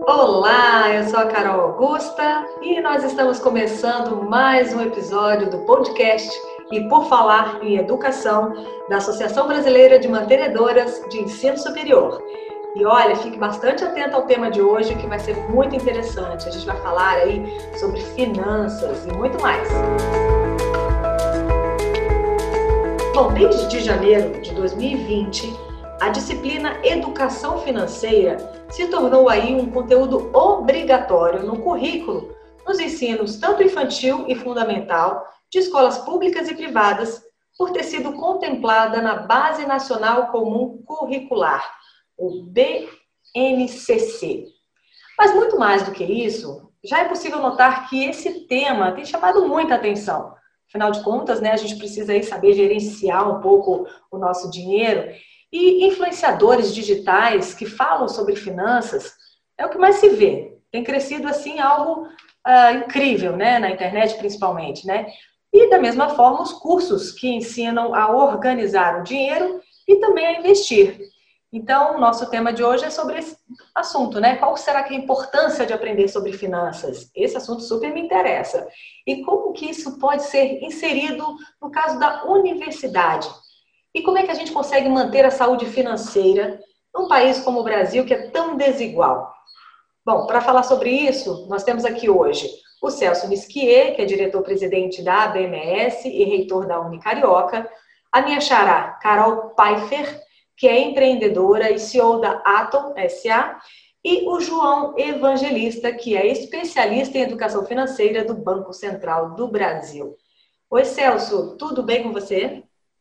Olá, eu sou a Carol Augusta e nós estamos começando mais um episódio do podcast E por Falar em Educação da Associação Brasileira de Mantenedoras de Ensino Superior. E olha, fique bastante atento ao tema de hoje, que vai ser muito interessante. A gente vai falar aí sobre finanças e muito mais. Bom, desde janeiro de 2020, a disciplina Educação Financeira se tornou aí um conteúdo obrigatório no currículo, nos ensinos tanto infantil e fundamental, de escolas públicas e privadas, por ter sido contemplada na Base Nacional Comum Curricular, o BNCC. Mas muito mais do que isso, já é possível notar que esse tema tem chamado muita atenção. Afinal de contas, a gente precisa aí saber gerenciar um pouco o nosso dinheiro. E influenciadores digitais que falam sobre finanças é o que mais se vê. Tem crescido assim algo incrível, na internet principalmente, E da mesma forma os cursos que ensinam a organizar o dinheiro e também a investir. Então, o nosso tema de hoje é sobre esse assunto, Qual será que é a importância de aprender sobre finanças? Esse assunto super me interessa. E como que isso pode ser inserido no caso da universidade? E como é que a gente consegue manter a saúde financeira num país como o Brasil, que é tão desigual? Bom, para falar sobre isso, nós temos aqui hoje o Celso Nisquier, que é diretor-presidente da ABMS e reitor da Unicarioca, a minha xará, Carol Pfeiffer, que é empreendedora e CEO da Atom SA, e o João Evangelista, que é especialista em educação financeira do Banco Central do Brasil. Oi, Celso, tudo bem com você?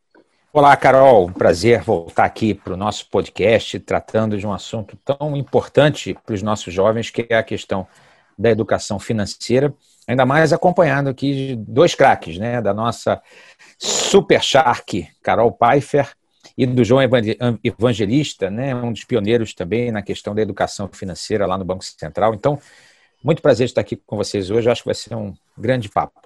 Olá, Carol. Um prazer voltar aqui para o nosso podcast, tratando de um assunto tão importante para os nossos jovens, que é a questão da educação financeira, ainda mais acompanhado aqui de dois craques, da nossa super shark, Carol Pfeiffer, e do João Evangelista, um dos pioneiros também na questão da educação financeira lá no Banco Central. Então, muito prazer estar aqui com vocês hoje. Eu acho que vai ser um grande papo.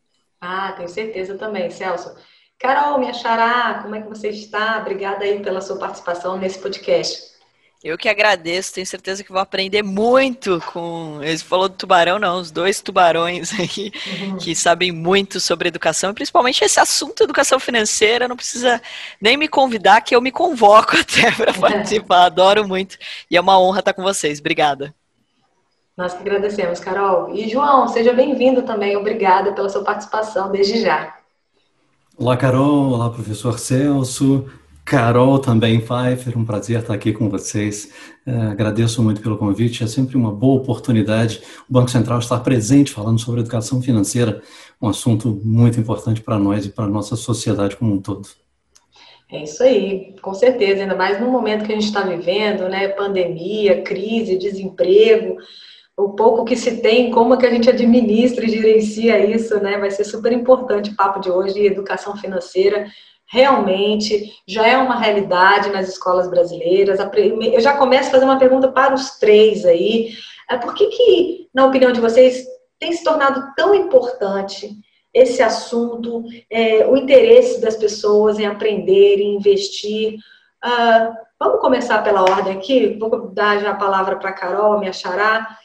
Tenho certeza também, Celso. Carol, minha xará, como é que você está? Obrigada aí pela sua participação nesse podcast. Eu que agradeço, tenho certeza que vou aprender muito com... Ele falou do tubarão, não, os dois tubarões aí que sabem muito sobre educação, e principalmente esse assunto educação financeira, não precisa nem me convidar, que eu me convoco até para participar, adoro muito, e é uma honra estar com vocês, obrigada. Nós que agradecemos, Carol. E João, seja bem-vindo também, obrigada pela sua participação desde já. Olá, Carol. Olá, professor Celso. Carol também, Pfeiffer, um prazer estar aqui com vocês. Agradeço muito pelo convite, é sempre uma boa oportunidade o Banco Central estar presente falando sobre educação financeira, um assunto muito importante para nós e para a nossa sociedade como um todo. É isso aí, com certeza, ainda mais no momento que a gente está vivendo, pandemia, crise, desemprego, o pouco que se tem, como que a gente administra e gerencia isso, Vai ser super importante o papo de hoje, educação financeira. Realmente já é uma realidade nas escolas brasileiras. Eu já começo a fazer uma pergunta para os três aí. Por que, na opinião de vocês, tem se tornado tão importante esse assunto, o interesse das pessoas em aprender, em investir? Vamos começar pela ordem aqui. Vou dar já a palavra para a Carol, minha xará.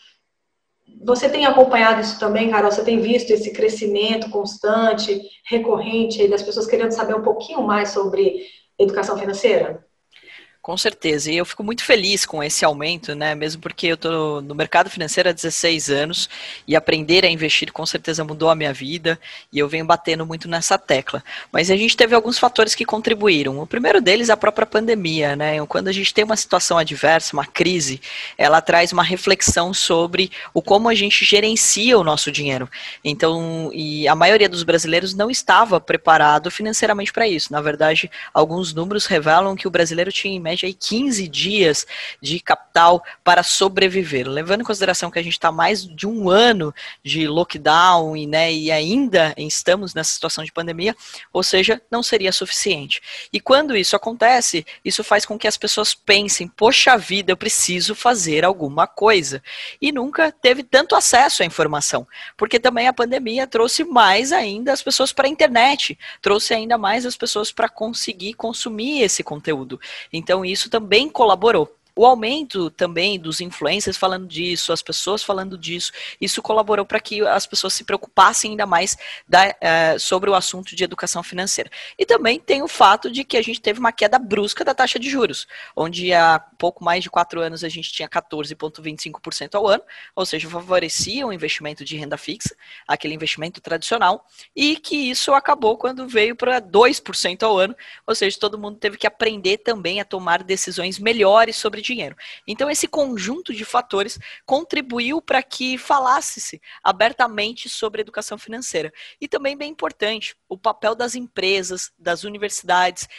Você tem acompanhado isso também, Carol? Você tem visto esse crescimento constante, recorrente, das pessoas querendo saber um pouquinho mais sobre educação financeira? Com certeza, e eu fico muito feliz com esse aumento, mesmo porque eu estou no mercado financeiro há 16 anos e aprender a investir com certeza mudou a minha vida e eu venho batendo muito nessa tecla. Mas a gente teve alguns fatores que contribuíram. O primeiro deles é a própria pandemia, Quando a gente tem uma situação adversa, uma crise, ela traz uma reflexão sobre o como a gente gerencia o nosso dinheiro. Então, e a maioria dos brasileiros não estava preparado financeiramente para isso. Na verdade, alguns números revelam que o brasileiro tinha em média 15 dias de capital para sobreviver, levando em consideração que a gente está mais de um ano de lockdown e ainda estamos nessa situação de pandemia, ou seja, não seria suficiente. E quando isso acontece, isso faz com que as pessoas pensem, poxa vida, eu preciso fazer alguma coisa. E nunca teve tanto acesso à informação, porque também a pandemia trouxe mais ainda as pessoas para a internet, trouxe ainda mais as pessoas para conseguir consumir esse conteúdo. Então isso também colaborou. o aumento também dos influencers falando disso, as pessoas falando disso, isso colaborou para que as pessoas se preocupassem ainda mais sobre o assunto de educação financeira. E também tem o fato de que a gente teve uma queda brusca da taxa de juros, onde há pouco mais de 4 anos a gente tinha 14,25% ao ano, ou seja, favorecia o investimento de renda fixa, aquele investimento tradicional, e que isso acabou quando veio para 2% ao ano, ou seja, todo mundo teve que aprender também a tomar decisões melhores sobre dinheiro. Então, esse conjunto de fatores contribuiu para que falasse-se abertamente sobre educação financeira. E também, bem importante, o papel das empresas, das universidades,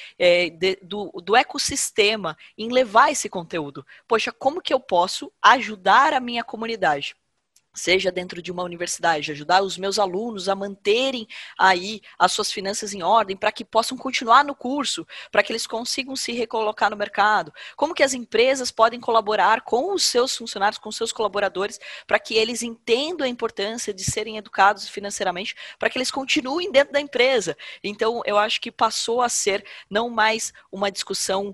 do ecossistema em levar esse conteúdo. Poxa, como que eu posso ajudar a minha comunidade? Seja dentro de uma universidade, ajudar os meus alunos a manterem aí as suas finanças em ordem para que possam continuar no curso, para que eles consigam se recolocar no mercado. Como que as empresas podem colaborar com os seus funcionários, com os seus colaboradores, para que eles entendam a importância de serem educados financeiramente, para que eles continuem dentro da empresa. Então, eu acho que passou a ser não mais uma discussão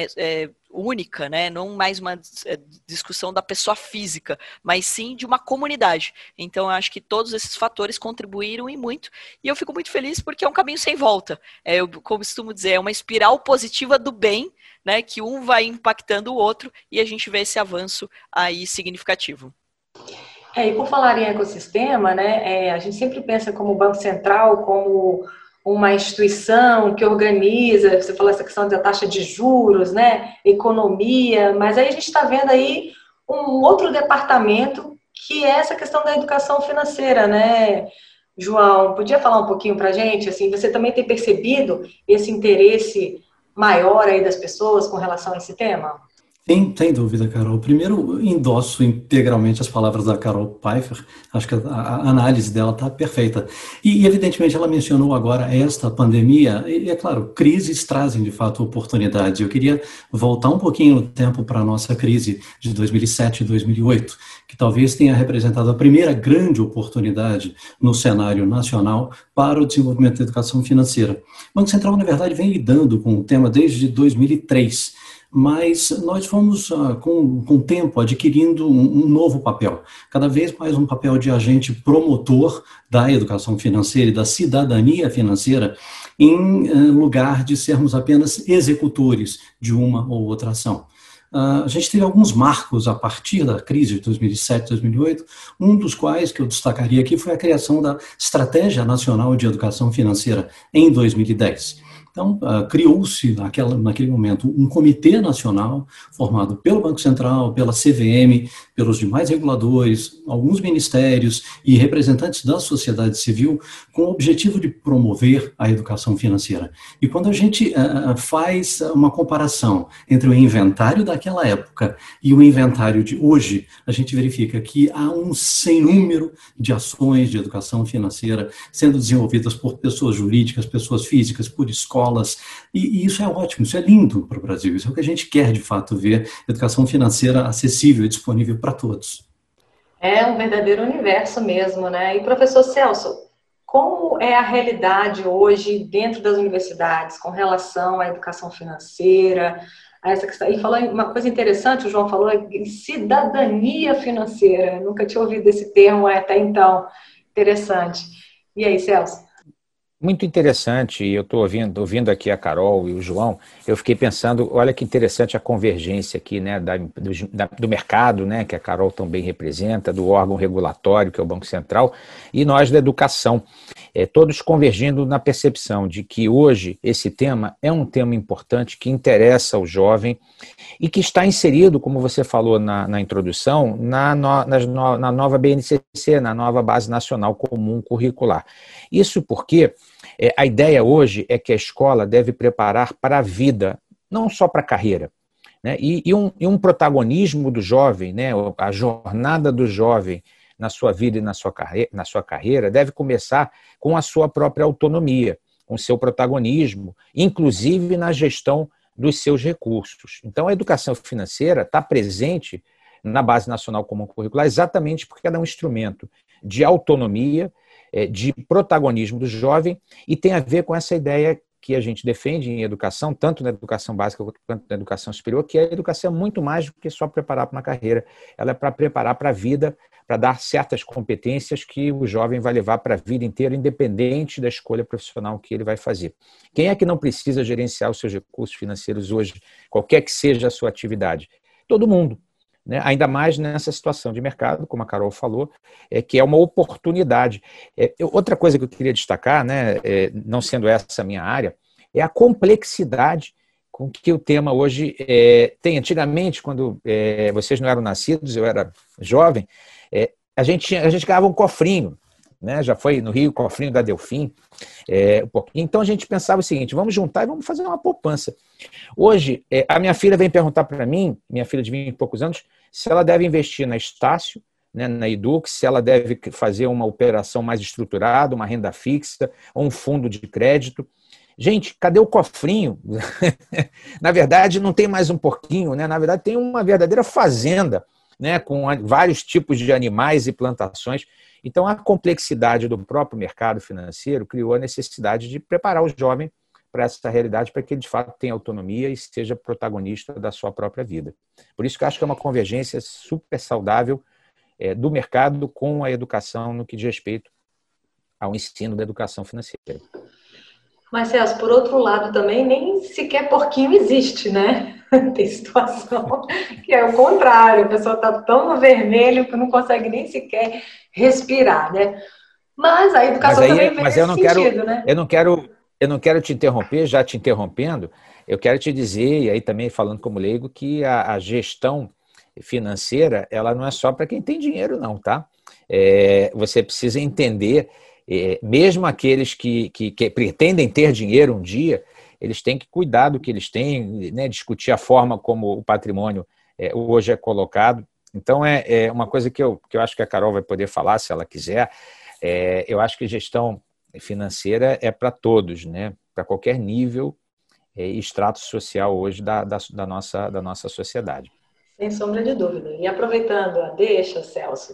única, né? Não mais uma discussão da pessoa física, mas sim de uma comunidade. Então, eu acho que todos esses fatores contribuíram e muito, e eu fico muito feliz porque é um caminho sem volta. Eu costumo dizer, é uma espiral positiva do bem, né? Que um vai impactando o outro e a gente vê esse avanço aí significativo. E por falar em ecossistema, né? A gente sempre pensa como Banco Central, como uma instituição que organiza, você falou essa questão da taxa de juros, né, economia, mas aí a gente está vendo aí um outro departamento que é essa questão da educação financeira, né, João? Podia falar um pouquinho para a gente? Assim, você também tem percebido esse interesse maior aí das pessoas com relação a esse tema? Sem dúvida, Carol. Primeiro, endosso integralmente as palavras da Carol Pfeiffer. Acho que a análise dela está perfeita. E, evidentemente, ela mencionou agora esta pandemia. E, é claro, crises trazem, de fato, oportunidades. Eu queria voltar um pouquinho no tempo para a nossa crise de 2007 e 2008, que talvez tenha representado a primeira grande oportunidade no cenário nacional para o desenvolvimento da educação financeira. O Banco Central, na verdade, vem lidando com o tema desde 2003, mas nós fomos, com o tempo, adquirindo um novo papel, cada vez mais um papel de agente promotor da educação financeira e da cidadania financeira, em lugar de sermos apenas executores de uma ou outra ação. A gente teve alguns marcos a partir da crise de 2007, 2008, um dos quais que eu destacaria aqui foi a criação da Estratégia Nacional de Educação Financeira em 2010. Então, criou-se naquele momento um comitê nacional formado pelo Banco Central, pela CVM, pelos demais reguladores, alguns ministérios e representantes da sociedade civil, com o objetivo de promover a educação financeira. E quando a gente faz uma comparação entre o inventário daquela época e o inventário de hoje, a gente verifica que há um sem número de ações de educação financeira sendo desenvolvidas por pessoas jurídicas, pessoas físicas, por escolas, e isso é ótimo, isso é lindo para o Brasil, isso é o que a gente quer de fato ver, educação financeira acessível e disponível para todos. É um verdadeiro universo mesmo, né? E professor Celso, como é a realidade hoje dentro das universidades com relação à educação financeira, a essa questão? E falou uma coisa interessante, o João falou em cidadania financeira, eu nunca tinha ouvido esse termo até então, interessante. E aí, Celso? Muito interessante, e eu estou ouvindo aqui a Carol e o João, eu fiquei pensando, olha que interessante a convergência aqui, né, do mercado, né, que a Carol também representa, do órgão regulatório, que é o Banco Central, e nós da educação, todos convergindo na percepção de que hoje esse tema é um tema importante, que interessa ao jovem e que está inserido, como você falou na introdução, na nova BNCC, na nova Base Nacional Comum Curricular. Isso porque a ideia hoje é que a escola deve preparar para a vida, não só para a carreira, né? E um protagonismo do jovem, né? A jornada do jovem na sua vida e na sua carreira deve começar com a sua própria autonomia, com o seu protagonismo, inclusive na gestão dos seus recursos. Então, a educação financeira está presente na Base Nacional Comum Curricular exatamente porque ela é um instrumento de autonomia, de protagonismo do jovem, e tem a ver com essa ideia que a gente defende em educação, tanto na educação básica quanto na educação superior, que a educação é muito mais do que só preparar para uma carreira. Ela é para preparar para a vida, para dar certas competências que o jovem vai levar para a vida inteira, independente da escolha profissional que ele vai fazer. Quem é que não precisa gerenciar os seus recursos financeiros hoje, qualquer que seja a sua atividade? Todo mundo. Né? Ainda mais nessa situação de mercado, como a Carol falou, que é uma oportunidade. Outra coisa que eu queria destacar, né, não sendo essa a minha área, é a complexidade com que o tema hoje tem. Antigamente, quando vocês não eram nascidos, eu era jovem, a gente ganhava um cofrinho, né? Já foi no Rio, o cofrinho da Delfim, um pouquinho. Então a gente pensava o seguinte: vamos juntar e vamos fazer uma poupança. Hoje, a minha filha vem perguntar para mim, minha filha de 20 e poucos anos, se ela deve investir na Estácio, né, na Edux, se ela deve fazer uma operação mais estruturada, uma renda fixa, ou um fundo de crédito. Gente, cadê o cofrinho? Na verdade, não tem mais um porquinho, né? Na verdade, tem uma verdadeira fazenda, né, com vários tipos de animais e plantações. Então, a complexidade do próprio mercado financeiro criou a necessidade de preparar o jovem para essa realidade, para que ele, de fato, tenha autonomia e seja protagonista da sua própria vida. Por isso que eu acho que é uma convergência super saudável do mercado com a educação no que diz respeito ao ensino da educação financeira. Mas, Celso, por outro lado também, nem sequer porquinho existe, né? Tem situação que é o contrário, a pessoa está tão no vermelho que não consegue nem sequer respirar, né? Mas a educação também vem nesse sentido, né? Eu não quero te interromper, já te interrompendo, eu quero te dizer, e aí também falando como leigo, que a gestão financeira, ela não é só para quem tem dinheiro, não, tá? Você precisa entender, mesmo aqueles que pretendem ter dinheiro um dia, eles têm que cuidar do que eles têm, né? Discutir a forma como o patrimônio hoje é colocado. Então, é uma coisa que eu acho que a Carol vai poder falar, se ela quiser. Eu acho que gestão financeira é para todos, né? Para qualquer nível e extrato social hoje da nossa sociedade. Sem sombra de dúvida. E aproveitando a deixa, Celso,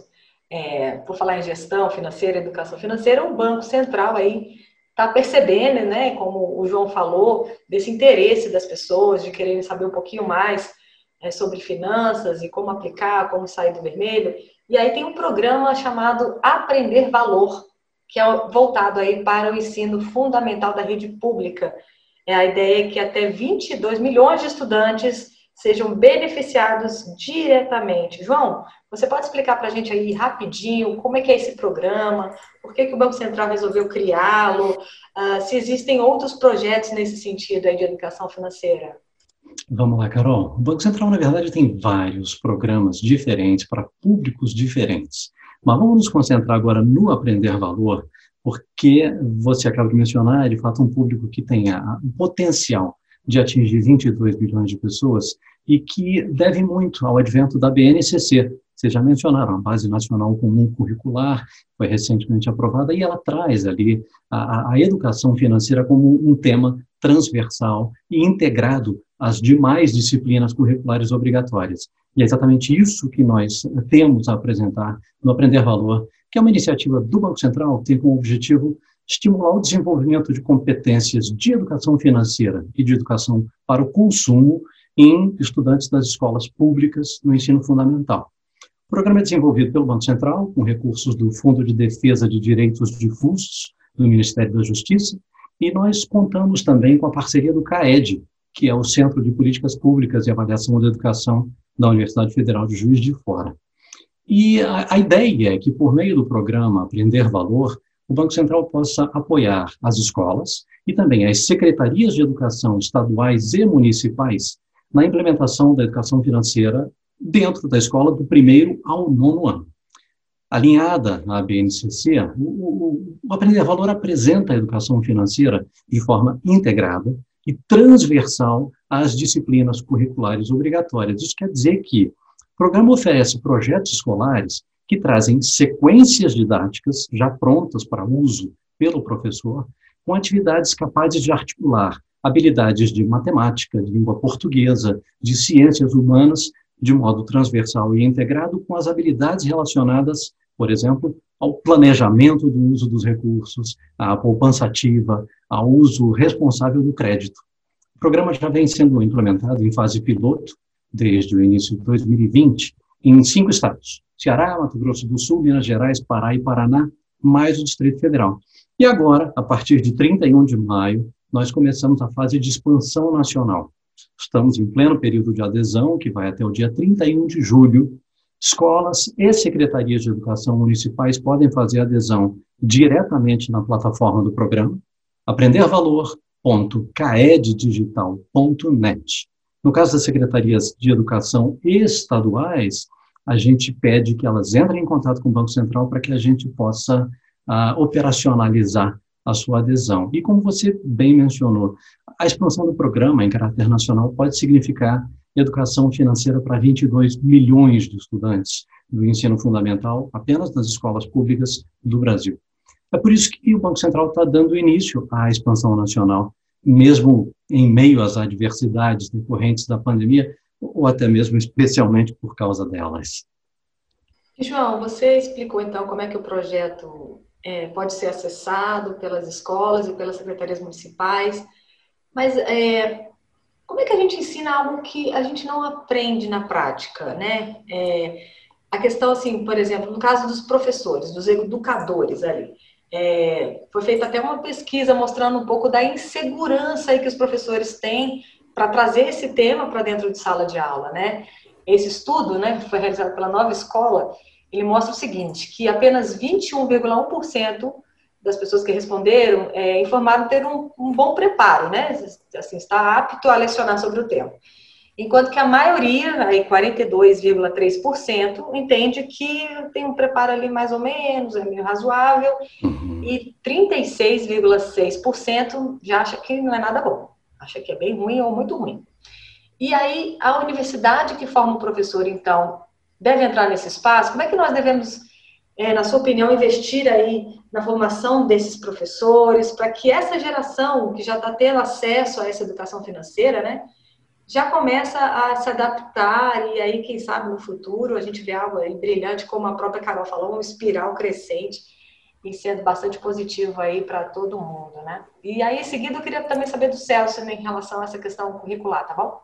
por falar em gestão financeira, educação financeira, o Banco Central aí está percebendo, né, como o João falou, desse interesse das pessoas de quererem saber um pouquinho mais sobre finanças e como aplicar, como sair do vermelho. E aí tem um programa chamado Aprender Valor, que é voltado aí para o ensino fundamental da rede pública. A ideia é que até 22 milhões de estudantes sejam beneficiados diretamente. João, você pode explicar para a gente aí rapidinho como é que é esse programa, por que o Banco Central resolveu criá-lo, se existem outros projetos nesse sentido aí de educação financeira? Vamos lá, Carol. O Banco Central, na verdade, tem vários programas diferentes para públicos diferentes. Mas vamos nos concentrar agora no Aprender Valor, porque você acaba de mencionar, de fato, um público que tem o potencial de atingir 22 bilhões de pessoas e que deve muito ao advento da BNCC. Vocês já mencionaram, a Base Nacional Comum Curricular, foi recentemente aprovada, e ela traz ali a educação financeira como um tema transversal e integrado às demais disciplinas curriculares obrigatórias. E é exatamente isso que nós temos a apresentar no Aprender Valor, que é uma iniciativa do Banco Central que tem como objetivo estimular o desenvolvimento de competências de educação financeira e de educação para o consumo em estudantes das escolas públicas no ensino fundamental. O programa é desenvolvido pelo Banco Central, com recursos do Fundo de Defesa de Direitos Difusos do Ministério da Justiça, e nós contamos também com a parceria do CAED, que é o Centro de Políticas Públicas e Avaliação da Educação da Universidade Federal de Juiz de Fora. E a ideia é que, por meio do programa Aprender Valor, o Banco Central possa apoiar as escolas e também as secretarias de educação estaduais e municipais na implementação da educação financeira dentro da escola do 1º ao 9º ano. Alinhada à BNCC, o Aprender Valor apresenta a educação financeira de forma integrada e transversal às disciplinas curriculares obrigatórias. Isso quer dizer que o programa oferece projetos escolares que trazem sequências didáticas já prontas para uso pelo professor, com atividades capazes de articular habilidades de matemática, de língua portuguesa, de ciências humanas, de modo transversal e integrado com as habilidades relacionadas por exemplo, ao planejamento do uso dos recursos, à poupança ativa, ao uso responsável do crédito. O programa já vem sendo implementado em fase piloto desde o início de 2020 em 5 estados: Ceará, Mato Grosso do Sul, Minas Gerais, Pará e Paraná, mais o Distrito Federal. E agora, a partir de 31 de maio, nós começamos a fase de expansão nacional. Estamos em pleno período de adesão, que vai até o dia 31 de julho. Escolas e secretarias de educação municipais podem fazer adesão diretamente na plataforma do programa, aprendervalor.caeddigital.net. No caso das secretarias de educação estaduais, a gente pede que elas entrem em contato com o Banco Central para que a gente possa operacionalizar a sua adesão. E como você bem mencionou, a expansão do programa em caráter nacional pode significar educação financeira para 22 milhões de estudantes do ensino fundamental apenas nas escolas públicas do Brasil. É por isso que o Banco Central está dando início à expansão nacional, mesmo em meio às adversidades decorrentes da pandemia, ou até mesmo especialmente por causa delas. João, você explicou então como é que o projeto pode ser acessado pelas escolas e pelas secretarias municipais, mas como é que a gente ensina algo que a gente não aprende na prática, né? A questão, assim, por exemplo, no caso dos professores, dos educadores ali, foi feita até uma pesquisa mostrando um pouco da insegurança aí que os professores têm para trazer esse tema para dentro de sala de aula, né? Esse estudo, né, que foi realizado pela Nova Escola, ele mostra o seguinte, que apenas 21,1% das pessoas que responderam informaram ter um bom preparo, né? Assim, está apto a lecionar sobre o tema. Enquanto que a maioria, aí 42,3%, entende que tem um preparo ali mais ou menos, é meio razoável, e 36,6% já acha que não é nada bom, acha que é bem ruim ou muito ruim. E aí, a universidade que forma o professor, então, deve entrar nesse espaço? Como é que nós devemos, na sua opinião, investir aí na formação desses professores, para que essa geração que já está tendo acesso a essa educação financeira, né, já começa a se adaptar e aí, quem sabe, no futuro, a gente vê algo aí brilhante, como a própria Carol falou, uma espiral crescente e sendo bastante positivo aí para todo mundo, né? E aí, em seguida, eu queria também saber do Celso, né, em relação a essa questão curricular, tá bom?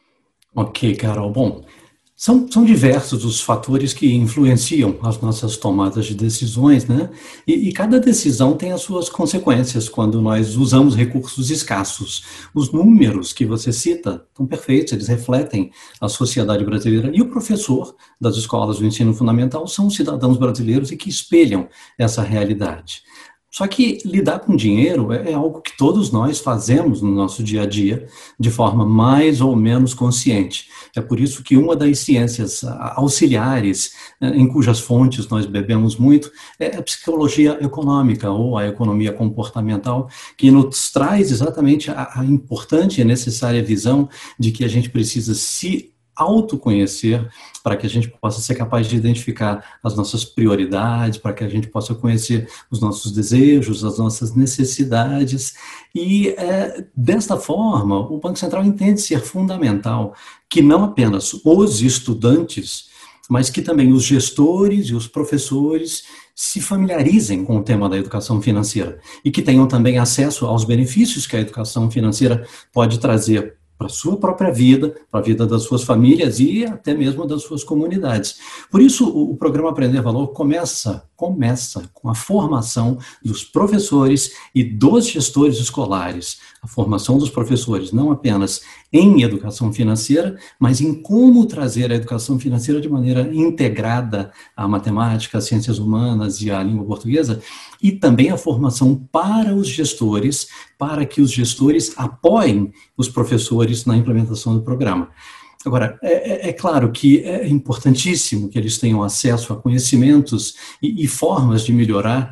Ok, Carol. Bom, são diversos os fatores que influenciam as nossas tomadas de decisões, né? E cada decisão tem as suas consequências quando nós usamos recursos escassos. Os números que você cita estão perfeitos, eles refletem a sociedade brasileira. E o professor das escolas do ensino fundamental são cidadãos brasileiros e que espelham essa realidade. Só que lidar com dinheiro é algo que todos nós fazemos no nosso dia a dia de forma mais ou menos consciente. É por isso que uma das ciências auxiliares em cujas fontes nós bebemos muito é a psicologia econômica ou a economia comportamental, que nos traz exatamente a importante e necessária visão de que a gente precisa se autoconhecer para que a gente possa ser capaz de identificar as nossas prioridades, para que a gente possa conhecer os nossos desejos, as nossas necessidades. E desta forma, o Banco Central entende ser fundamental que não apenas os estudantes, mas que também os gestores e os professores se familiarizem com o tema da educação financeira e que tenham também acesso aos benefícios que a educação financeira pode trazer para a sua própria vida, para a vida das suas famílias e até mesmo das suas comunidades. Por isso, o programa Aprender Valor começa com a formação dos professores e dos gestores escolares. A formação dos professores, não apenas em educação financeira, mas em como trazer a educação financeira de maneira integrada à matemática, às ciências humanas e à língua portuguesa, e também a formação para os gestores, para que os gestores apoiem os professores na implementação do programa. Agora, é claro que é importantíssimo que eles tenham acesso a conhecimentos e formas de melhorar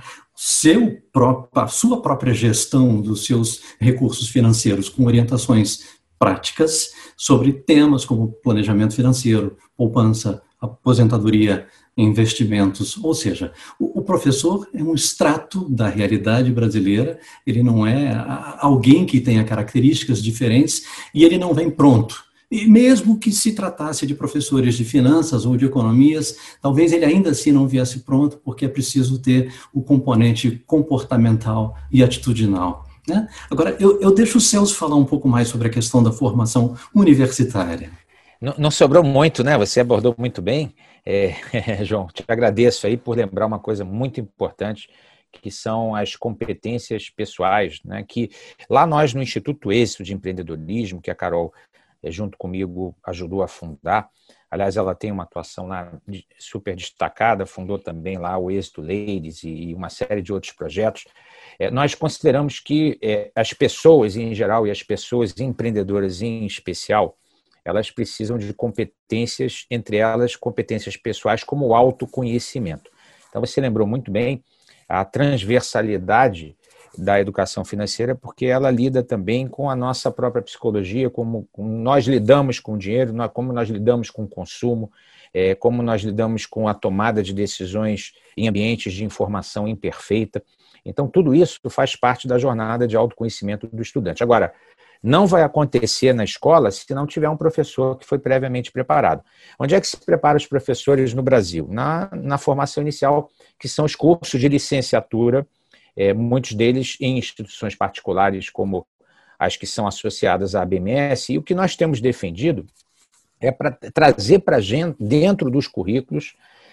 a sua própria gestão dos seus recursos financeiros, com orientações práticas sobre temas como planejamento financeiro, poupança, aposentadoria, investimentos, ou seja, o professor é um extrato da realidade brasileira, ele não é alguém que tenha características diferentes e ele não vem pronto. E mesmo que se tratasse de professores de finanças ou de economias, talvez ele ainda assim não viesse pronto, porque é preciso ter o componente comportamental e atitudinal, né? Agora, eu deixo o Celso falar um pouco mais sobre a questão da formação universitária. Não sobrou muito, né? Você abordou muito bem. João, te agradeço aí por lembrar uma coisa muito importante, que são as competências pessoais, né? Que lá nós, no Instituto Êxito de Empreendedorismo, que a Carol, junto comigo, ajudou a fundar, aliás, ela tem uma atuação lá super destacada, fundou também lá o Êxito Ladies e uma série de outros projetos. Nós consideramos que as pessoas em geral e as pessoas empreendedoras em especial, elas precisam de competências, entre elas competências pessoais como o autoconhecimento. Então, você lembrou muito bem a transversalidade da educação financeira, porque ela lida também com a nossa própria psicologia, como nós lidamos com o dinheiro, como nós lidamos com o consumo, como nós lidamos com a tomada de decisões em ambientes de informação imperfeita. Então, tudo isso faz parte da jornada de autoconhecimento do estudante. Agora, não vai acontecer na escola se não tiver um professor que foi previamente preparado. Onde é que se prepara os professores no Brasil? Na formação inicial, que são os cursos de licenciatura, muitos deles em instituições particulares, como as que são associadas à ABMS, e o que nós temos defendido é para trazer para dentro dos currículos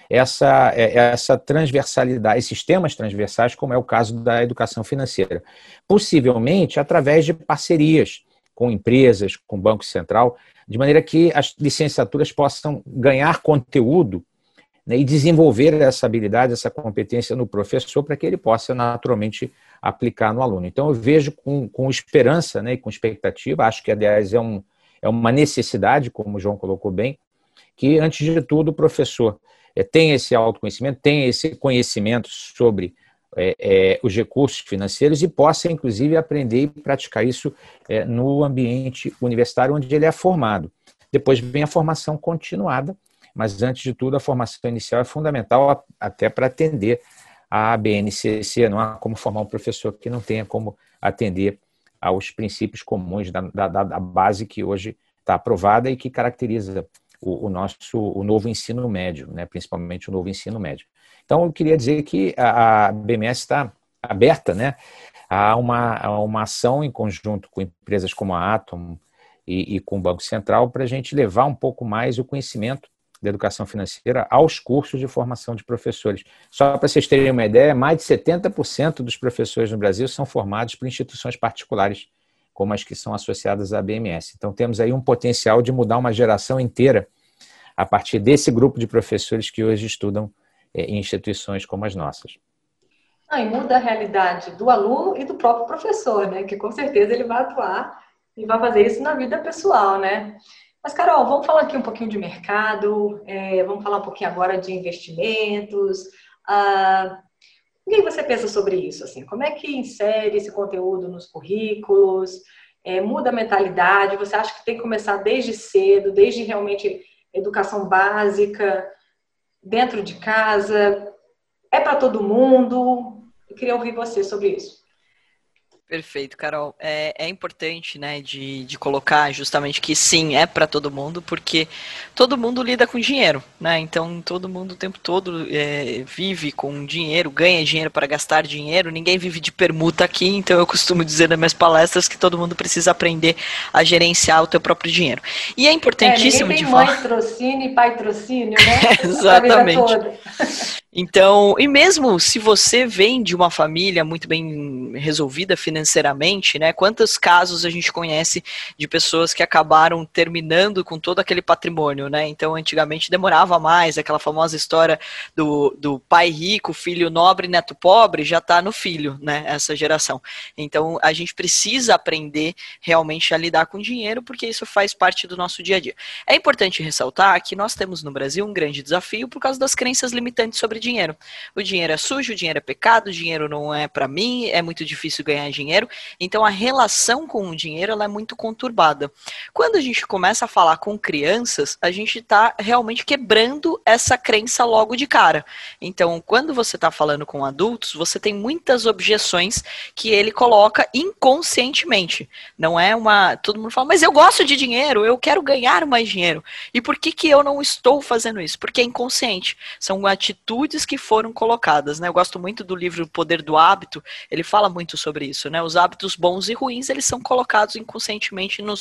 essa transversalidade, esses temas transversais, como é o caso da educação financeira. Possivelmente através de parcerias com empresas, com o Banco Central, de maneira que as licenciaturas possam ganhar conteúdo, né, e desenvolver essa habilidade, essa competência no professor, para que ele possa naturalmente aplicar no aluno. Então, eu vejo com esperança, né, e com expectativa, acho que, aliás, é uma necessidade, como o João colocou bem, que, antes de tudo, o professor tenha esse autoconhecimento, tenha esse conhecimento sobre os recursos financeiros e possa, inclusive, aprender e praticar isso no ambiente universitário onde ele é formado. Depois vem a formação continuada, mas, antes de tudo, a formação inicial é fundamental até para atender a BNCC. Não há como formar um professor que não tenha como atender aos princípios comuns da base que hoje está aprovada e que caracteriza o novo ensino médio, né, principalmente o novo ensino médio. Então, eu queria dizer que a BMS está aberta, né, a uma ação em conjunto com empresas como a Atom e com o Banco Central para a gente levar um pouco mais o conhecimento da educação financeira aos cursos de formação de professores. Só para vocês terem uma ideia, mais de 70% dos professores no Brasil são formados por instituições particulares, como as que são associadas à BMS. Então, temos aí um potencial de mudar uma geração inteira a partir desse grupo de professores que hoje estudam em instituições como as nossas. E muda a realidade do aluno e do próprio professor, né? Que com certeza ele vai atuar e vai fazer isso na vida pessoal, né? Mas, Carol, vamos falar aqui um pouquinho de mercado, vamos falar um pouquinho agora de investimentos. O que você pensa sobre isso? Assim, como é que insere esse conteúdo nos currículos? Muda a mentalidade? Você acha que tem que começar desde cedo, desde realmente educação básica, dentro de casa? É para todo mundo? Eu queria ouvir você sobre isso. Perfeito, Carol. É importante, né, de colocar justamente que sim, é para todo mundo, porque todo mundo lida com dinheiro, né? Então, todo mundo o tempo todo vive com dinheiro, ganha dinheiro para gastar dinheiro. Ninguém vive de permuta aqui, então eu costumo dizer nas minhas palestras que todo mundo precisa aprender a gerenciar o teu próprio dinheiro. E é importantíssimo ninguém tem de falar. Mãe trocínio e pai trocínio, né? Exatamente. Então, e mesmo se você vem de uma família muito bem resolvida financeiramente, né? Quantos casos a gente conhece de pessoas que acabaram terminando com todo aquele patrimônio, né? Então, antigamente demorava mais, aquela famosa história do pai rico, filho nobre, neto pobre, já está no filho, né? Essa geração. Então, a gente precisa aprender realmente a lidar com dinheiro, porque isso faz parte do nosso dia a dia. É importante ressaltar que nós temos no Brasil um grande desafio por causa das crenças limitantes sobre dinheiro. O dinheiro é sujo, o dinheiro é pecado, o dinheiro não é para mim, é muito difícil ganhar dinheiro. Então a relação com o dinheiro ela é muito conturbada. Quando a gente começa a falar com crianças, a gente está realmente quebrando essa crença logo de cara. Então, quando você está falando com adultos, você tem muitas objeções que ele coloca inconscientemente. Não é uma... Todo mundo fala, mas eu gosto de dinheiro, eu quero ganhar mais dinheiro. E por que eu não estou fazendo isso? Porque é inconsciente. São atitudes que foram colocadas, né? Eu gosto muito do livro O Poder do Hábito, ele fala muito sobre isso, né? Os hábitos bons e ruins, eles são colocados inconscientemente no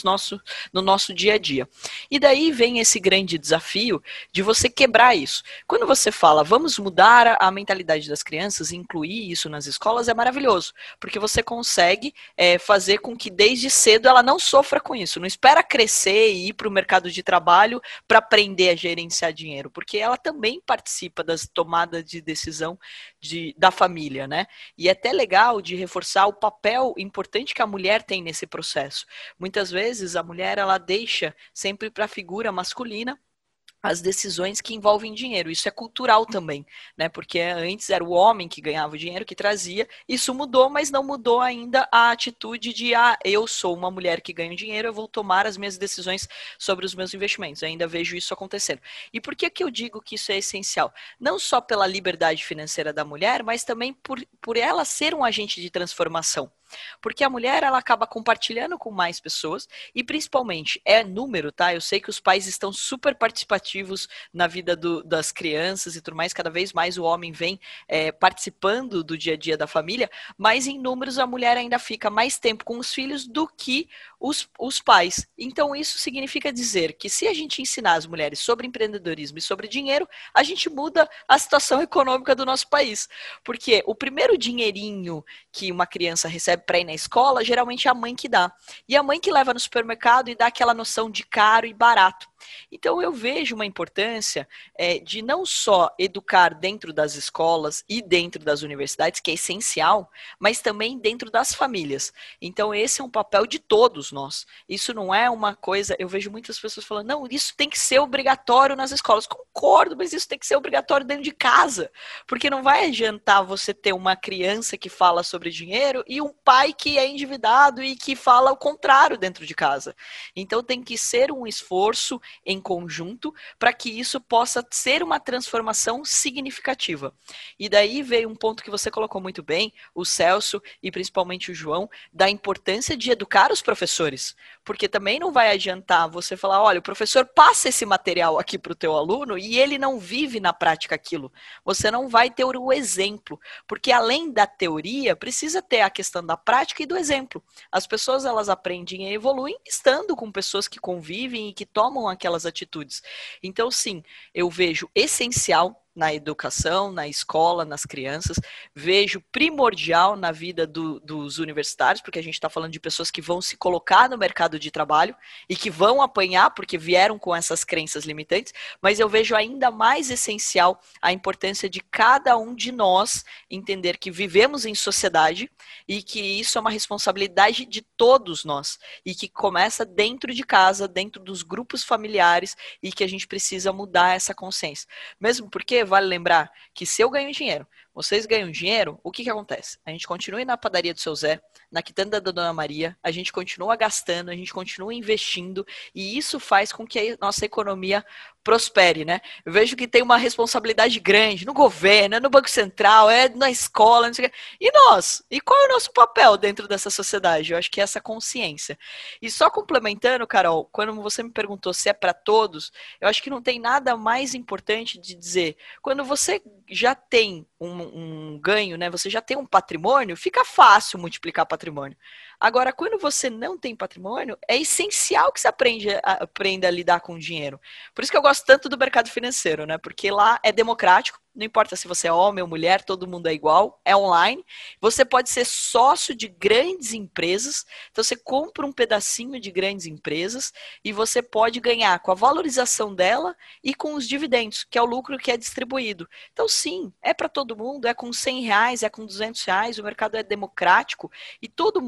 nosso dia a dia. E daí vem esse grande desafio de você quebrar isso. Quando você fala, vamos mudar a mentalidade das crianças e incluir isso nas escolas, é maravilhoso, porque você consegue fazer com que desde cedo ela não sofra com isso, não espera crescer e ir para o mercado de trabalho para aprender a gerenciar dinheiro, porque ela também participa das tomadas de decisão da família, né? E é até legal de reforçar o papel importante que a mulher tem nesse processo. Muitas vezes a mulher ela deixa sempre para a figura masculina as decisões que envolvem dinheiro. Isso é cultural também, né? Porque antes era o homem que ganhava o dinheiro, que trazia. Isso mudou, mas não mudou ainda a atitude de eu sou uma mulher que ganha dinheiro, eu vou tomar as minhas decisões sobre os meus investimentos. Eu ainda vejo isso acontecendo. E por que eu digo que isso é essencial? Não só pela liberdade financeira da mulher, mas também por ela ser um agente de transformação. Porque a mulher, ela acaba compartilhando com mais pessoas e principalmente, é número, tá? Eu sei que os pais estão super participativos na vida das crianças e tudo mais, cada vez mais o homem vem participando do dia a dia da família, mas em números a mulher ainda fica mais tempo com os filhos do que os pais. Então isso significa dizer que se a gente ensinar as mulheres sobre empreendedorismo e sobre dinheiro, a gente muda a situação econômica do nosso país. Porque o primeiro dinheirinho que uma criança recebe para ir na escola, geralmente é a mãe que dá. E a mãe que leva no supermercado e dá aquela noção de caro e barato. Então eu vejo uma importância de não só educar dentro das escolas e dentro das universidades, que é essencial, mas também dentro das famílias. Então esse é um papel de todos nós. Isso não é uma coisa, eu vejo muitas pessoas falando, não, isso tem que ser obrigatório nas escolas. Concordo, mas isso tem que ser obrigatório dentro de casa, porque não vai adiantar você ter uma criança que fala sobre dinheiro e um pai que é endividado e que fala o contrário dentro de casa. Então tem que ser um esforço em conjunto para que isso possa ser uma transformação significativa. E daí veio um ponto que você colocou muito bem, o Celso e principalmente o João, da importância de educar os professores, porque também não vai adiantar você falar, olha, o professor passa esse material aqui para o teu aluno e ele não vive na prática aquilo. Você não vai ter o exemplo, porque além da teoria, precisa ter a questão da prática e do exemplo. As pessoas, elas aprendem e evoluem estando com pessoas que convivem e que tomam aquelas atitudes. Então, sim, eu vejo essencial na educação, na escola, nas crianças, vejo primordial na vida dos universitários, porque a gente está falando de pessoas que vão se colocar no mercado de trabalho e que vão apanhar porque vieram com essas crenças limitantes, mas eu vejo ainda mais essencial a importância de cada um de nós entender que vivemos em sociedade e que isso é uma responsabilidade de todos nós e que começa dentro de casa, dentro dos grupos familiares e que a gente precisa mudar essa consciência. Mesmo porque vale lembrar que se eu ganho dinheiro, vocês ganham dinheiro, o que acontece? A gente continua na padaria do seu Zé, na quitanda da Dona Maria, a gente continua gastando, a gente continua investindo e isso faz com que a nossa economia prospere, né? Eu vejo que tem uma responsabilidade grande no governo, no Banco Central, na escola, não sei o quê. E nós? E qual é o nosso papel dentro dessa sociedade? Eu acho que é essa consciência. E só complementando, Carol, quando você me perguntou se é para todos, eu acho que não tem nada mais importante de dizer, quando você já tem um ganho, né? Você já tem um patrimônio, fica fácil multiplicar patrimônio. Agora, quando você não tem patrimônio, é essencial que você aprenda a lidar com o dinheiro. Por isso que eu gosto tanto do mercado financeiro, né? Porque lá é democrático, não importa se você é homem ou mulher, todo mundo é igual, é online. Você pode ser sócio de grandes empresas, então você compra um pedacinho de grandes empresas e você pode ganhar com a valorização dela e com os dividendos, que é o lucro que é distribuído. Então sim, é para todo mundo, é com R$100, é com R$200, o mercado é democrático e todo mundo,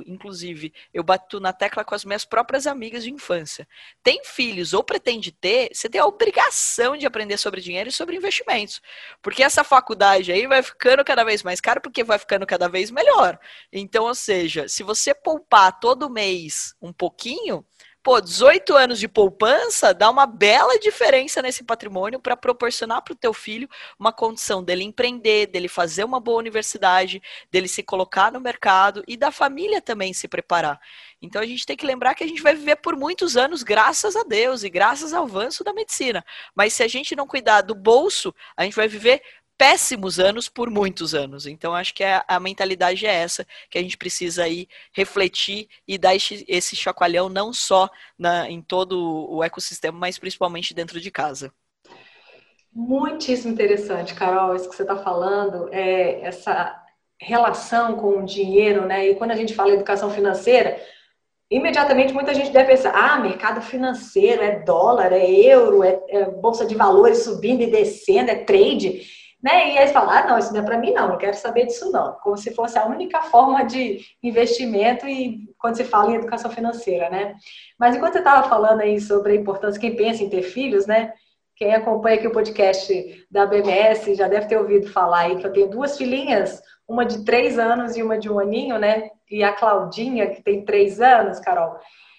inclusive, eu bato na tecla com as minhas próprias amigas de infância. Tem filhos ou pretende ter, você tem a obrigação de aprender sobre dinheiro e sobre investimentos. Porque essa faculdade aí vai ficando cada vez mais cara, porque vai ficando cada vez melhor. Então, ou seja, se você poupar todo mês um pouquinho, 18 anos de poupança dá uma bela diferença nesse patrimônio para proporcionar para o teu filho uma condição dele empreender, dele fazer uma boa universidade, dele se colocar no mercado e da família também se preparar. Então a gente tem que lembrar que a gente vai viver por muitos anos, graças a Deus e graças ao avanço da medicina. Mas se a gente não cuidar do bolso, a gente vai viver péssimos anos por muitos anos. Então, acho que a mentalidade é essa, que a gente precisa aí refletir e dar esse chacoalhão não só em todo o ecossistema, mas principalmente dentro de casa. Muitíssimo interessante, Carol, isso que você está falando, essa relação com o dinheiro, né? E quando a gente fala educação financeira, imediatamente muita gente deve pensar, mercado financeiro, é dólar, é euro, é bolsa de valores subindo e descendo, é trade. Né? E aí você fala, não, isso não é para mim não quero saber disso não. Como se fosse a única forma de investimento e quando se fala em educação financeira, né? Mas enquanto você estava falando aí sobre a importância, quem pensa em ter filhos, né? Quem acompanha aqui o podcast da BMS já deve ter ouvido falar aí que eu tenho 2 filhinhas, uma de 3 anos e uma de 1 aninho, né? E a Claudinha, que tem 3 anos, Carol,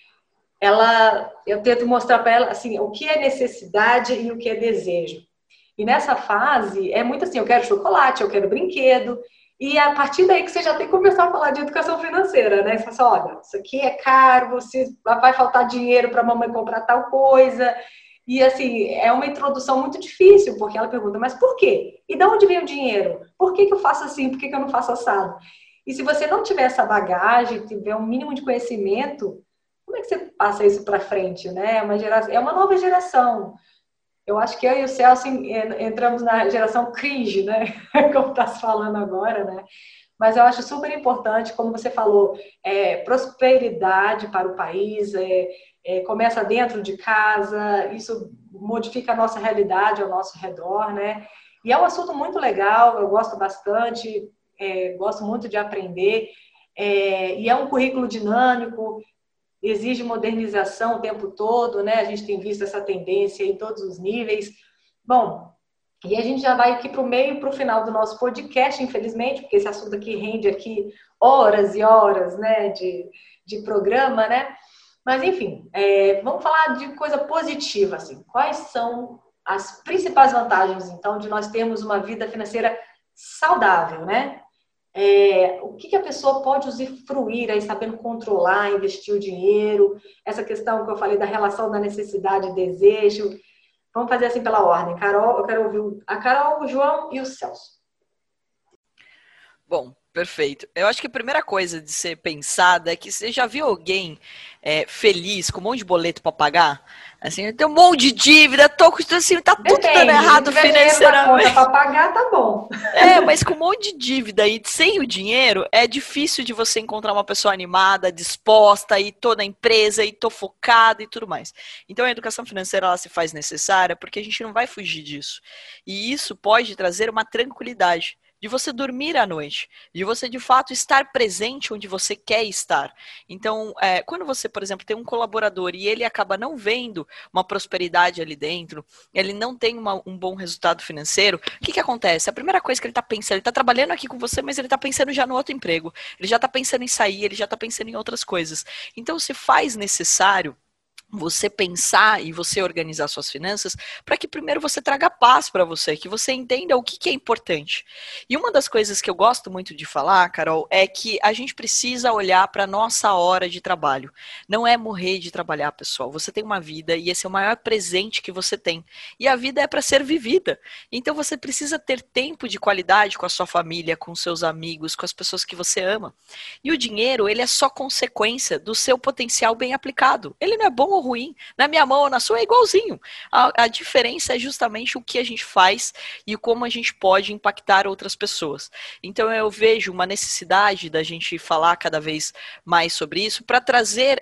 eu tento mostrar para ela assim, o que é necessidade e o que é desejo. E nessa fase, é muito assim, eu quero chocolate, eu quero brinquedo, e a partir daí que você já tem que começar a falar de educação financeira, né? Você fala assim, olha, isso aqui é caro, vai faltar dinheiro para a mamãe comprar tal coisa, e assim, é uma introdução muito difícil, porque ela pergunta, mas por quê? E de onde vem o dinheiro? Por que eu faço assim? Por que eu não faço assado? E se você não tiver essa bagagem, tiver um mínimo de conhecimento, como é que você passa isso para frente, né? É uma nova geração. Eu acho que eu e o Celso entramos na geração cringe, né? Como está se falando agora, né? Mas eu acho super importante, como você falou, prosperidade para o país, começa dentro de casa, isso modifica a nossa realidade ao nosso redor, né? E é um assunto muito legal, eu gosto bastante, gosto muito de aprender, e é um currículo dinâmico, exige modernização o tempo todo, né? A gente tem visto essa tendência em todos os níveis. Bom, e a gente já vai aqui para o meio e para o final do nosso podcast, infelizmente, porque esse assunto aqui rende aqui horas e horas, né, de programa, né? Mas, enfim, vamos falar de coisa positiva, assim. Quais são as principais vantagens, então, de nós termos uma vida financeira saudável, né? O que a pessoa pode usufruir aí, sabendo controlar, investir o dinheiro, essa questão que eu falei da relação da necessidade e desejo. Vamos fazer assim pela ordem. Carol, eu quero ouvir a Carol, o João e o Celso. Bom, perfeito. Eu acho que a primeira coisa de ser pensada é que você já viu alguém feliz, com um monte de boleto para pagar? Assim, tem um monte de dívida, assim, tá tudo dando errado financeiramente. Para pagar, tá bom. Mas com um monte de dívida e sem o dinheiro, é difícil de você encontrar uma pessoa animada, disposta, e toda a empresa, e tô focada e tudo mais. Então a educação financeira, ela se faz necessária porque a gente não vai fugir disso. E isso pode trazer uma tranquilidade de você dormir à noite, de você de fato estar presente onde você quer estar. Então, quando você, por exemplo, tem um colaborador e ele acaba não vendo uma prosperidade ali dentro, ele não tem um bom resultado financeiro, o que acontece? A primeira coisa que ele está pensando, ele está trabalhando aqui com você, mas ele está pensando já no outro emprego, ele já está pensando em sair, ele já está pensando em outras coisas. Então, se faz necessário você pensar e você organizar suas finanças para que primeiro você traga paz para você, que você entenda o que é importante. E uma das coisas que eu gosto muito de falar, Carol, é que a gente precisa olhar para a nossa hora de trabalho. Não é morrer de trabalhar, pessoal. Você tem uma vida e esse é o maior presente que você tem. E a vida é para ser vivida. Então você precisa ter tempo de qualidade com a sua família, com seus amigos, com as pessoas que você ama. E o dinheiro, ele é só consequência do seu potencial bem aplicado. Ele não é bom ou ruim, na minha mão ou na sua é igualzinho. A diferença é justamente o que a gente faz e como a gente pode impactar outras pessoas. Então eu vejo uma necessidade da gente falar cada vez mais sobre isso para trazer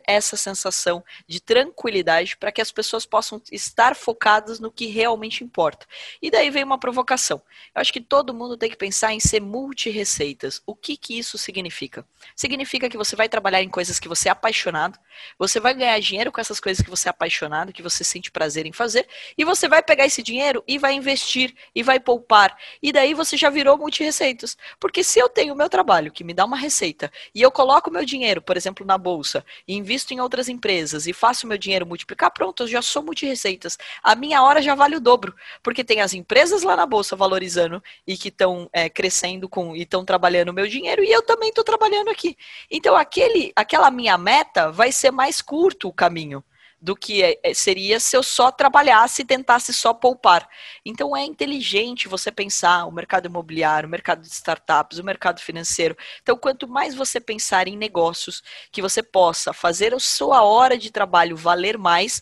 essa sensação de tranquilidade para que as pessoas possam estar focadas no que realmente importa. E daí vem uma provocação. Eu acho que todo mundo tem que pensar em ser multi-receitas. O que isso significa? Significa que você vai trabalhar em coisas que você é apaixonado, você vai ganhar dinheiro com essas coisas que você é apaixonado, que você sente prazer em fazer, e você vai pegar esse dinheiro e vai investir, e vai poupar. E daí você já virou multi-receitas. Porque se eu tenho o meu trabalho, que me dá uma receita, e eu coloco o meu dinheiro, por exemplo, na bolsa, e invisto em outras empresas, e faço o meu dinheiro multiplicar, pronto, eu já sou multi-receitas. A minha hora já vale o dobro, porque tem as empresas lá na bolsa valorizando e que estão crescendo e estão trabalhando o meu dinheiro, e eu também estou trabalhando aqui. Então, aquela minha meta vai ser mais curto o caminho do que seria se eu só trabalhasse e tentasse só poupar. Então é inteligente você pensar o mercado imobiliário, o mercado de startups, o mercado financeiro. Então quanto mais você pensar em negócios que você possa fazer a sua hora de trabalho valer mais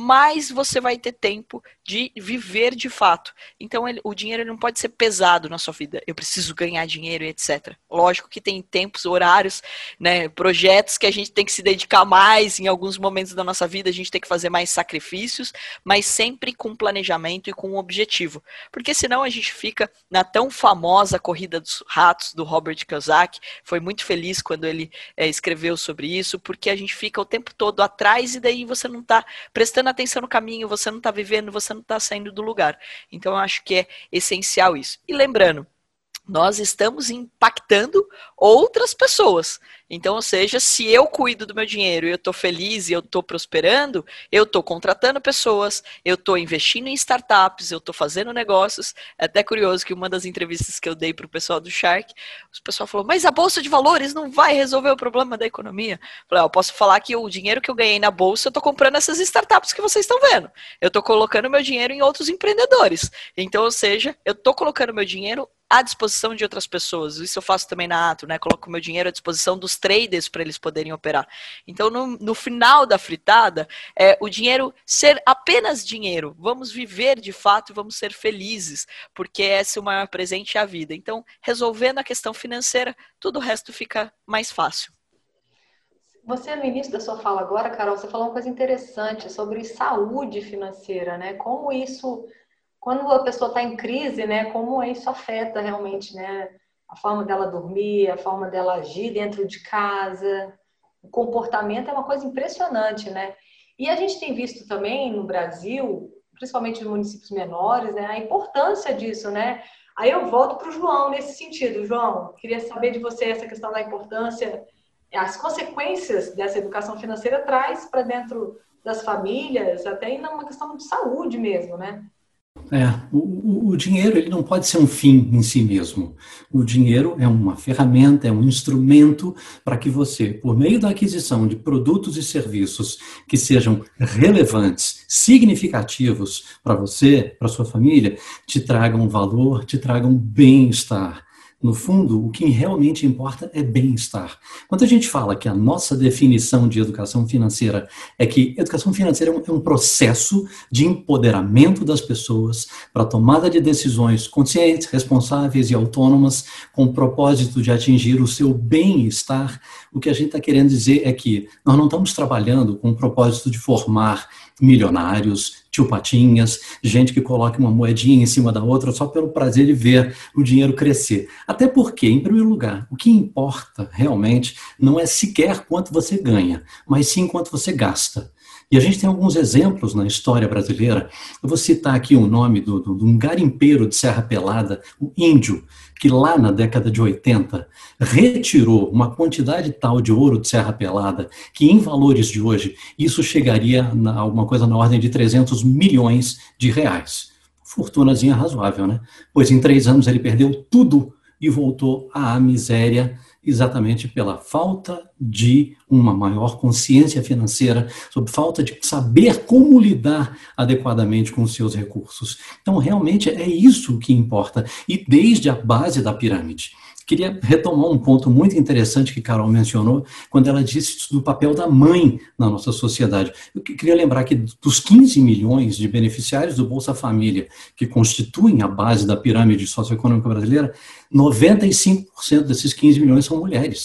você vai ter tempo de viver de fato. Então o dinheiro não pode ser pesado na sua vida. Eu preciso ganhar dinheiro e etc. Lógico que tem tempos, horários, né, projetos que a gente tem que se dedicar mais em alguns momentos da nossa vida, a gente tem que fazer mais sacrifícios, mas sempre com planejamento e com um objetivo. Porque senão a gente fica na tão famosa Corrida dos Ratos, do Robert Kiyosaki. Foi muito feliz quando ele escreveu sobre isso, porque a gente fica o tempo todo atrás e daí você não está prestando atenção no caminho, você não está vivendo, você não está saindo do lugar. Então eu acho que é essencial isso. E lembrando, nós estamos impactando outras pessoas. Então, ou seja, se eu cuido do meu dinheiro e eu estou feliz e eu estou prosperando, eu estou contratando pessoas, eu estou investindo em startups, eu estou fazendo negócios. É até curioso que uma das entrevistas que eu dei para o pessoal do Shark, o pessoal falou, mas a Bolsa de Valores não vai resolver o problema da economia. Eu falei, eu posso falar que o dinheiro que eu ganhei na Bolsa, eu estou comprando essas startups que vocês estão vendo. Eu estou colocando meu dinheiro em outros empreendedores. Então, ou seja, eu estou colocando meu dinheiro à disposição de outras pessoas. Isso eu faço também na Atro, né? Coloco meu dinheiro à disposição dos traders para eles poderem operar. Então, no final da fritada, o dinheiro ser apenas dinheiro. Vamos viver de fato e vamos ser felizes, porque esse é o maior presente à vida. Então, resolvendo a questão financeira, tudo o resto fica mais fácil. Você, no início da sua fala agora, Carol, você falou uma coisa interessante sobre saúde financeira, né? Como isso... Quando a pessoa está em crise, né, como isso afeta realmente, né, a forma dela dormir, a forma dela agir dentro de casa, o comportamento é uma coisa impressionante, né? E a gente tem visto também no Brasil, principalmente nos municípios menores, né, a importância disso, né? Aí eu volto para o João nesse sentido. João, queria saber de você essa questão da importância, as consequências dessa educação financeira traz para dentro das famílias, até ainda uma questão de saúde mesmo, né? O dinheiro ele não pode ser um fim em si mesmo. O dinheiro é uma ferramenta, é um instrumento para que você, por meio da aquisição de produtos e serviços que sejam relevantes, significativos para você, para sua família, te tragam valor, te tragam bem-estar. No fundo, o que realmente importa é bem-estar. Quando a gente fala que a nossa definição de educação financeira é que educação financeira é um processo de empoderamento das pessoas para a tomada de decisões conscientes, responsáveis e autônomas com o propósito de atingir o seu bem-estar, o que a gente está querendo dizer é que nós não estamos trabalhando com o propósito de formar milionários, tio Patinhas, gente que coloca uma moedinha em cima da outra só pelo prazer de ver o dinheiro crescer. Até porque, em primeiro lugar, o que importa realmente não é sequer quanto você ganha, mas sim quanto você gasta. E a gente tem alguns exemplos na história brasileira. Eu vou citar aqui o nome de um garimpeiro de Serra Pelada, o Índio, que lá na década de 80 retirou uma quantidade tal de ouro de Serra Pelada que em valores de hoje isso chegaria a alguma coisa na ordem de 300 milhões de reais. Fortunazinha razoável, né? Pois em 3 anos ele perdeu tudo e voltou à miséria exatamente pela falta de uma maior consciência financeira, sobre falta de saber como lidar adequadamente com os seus recursos. Então, realmente, é isso que importa, e desde a base da pirâmide. Queria retomar um ponto muito interessante que Carol mencionou, quando ela disse do papel da mãe na nossa sociedade. Eu queria lembrar que dos 15 milhões de beneficiários do Bolsa Família, que constituem a base da pirâmide socioeconômica brasileira, 95% desses 15 milhões são mulheres.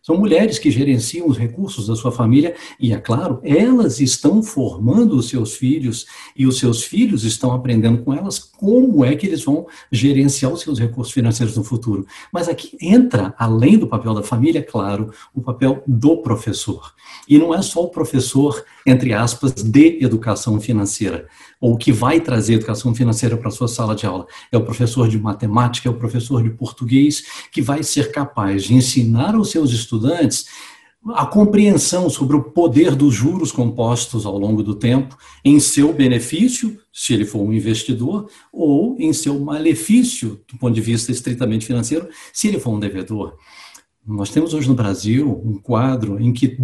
São mulheres que gerenciam os recursos da sua família e, é claro, elas estão formando os seus filhos e os seus filhos estão aprendendo com elas como é que eles vão gerenciar os seus recursos financeiros no futuro. Mas aqui entra, além do papel da família, é claro, o papel do professor. E não é só o professor, entre aspas, de educação financeira, ou que vai trazer educação financeira para a sua sala de aula. É o professor de matemática, é o professor de português, que vai ser capaz de ensinar aos seus estudantes a compreensão sobre o poder dos juros compostos ao longo do tempo, em seu benefício, se ele for um investidor, ou em seu malefício, do ponto de vista estritamente financeiro, se ele for um devedor. Nós temos hoje no Brasil um quadro em que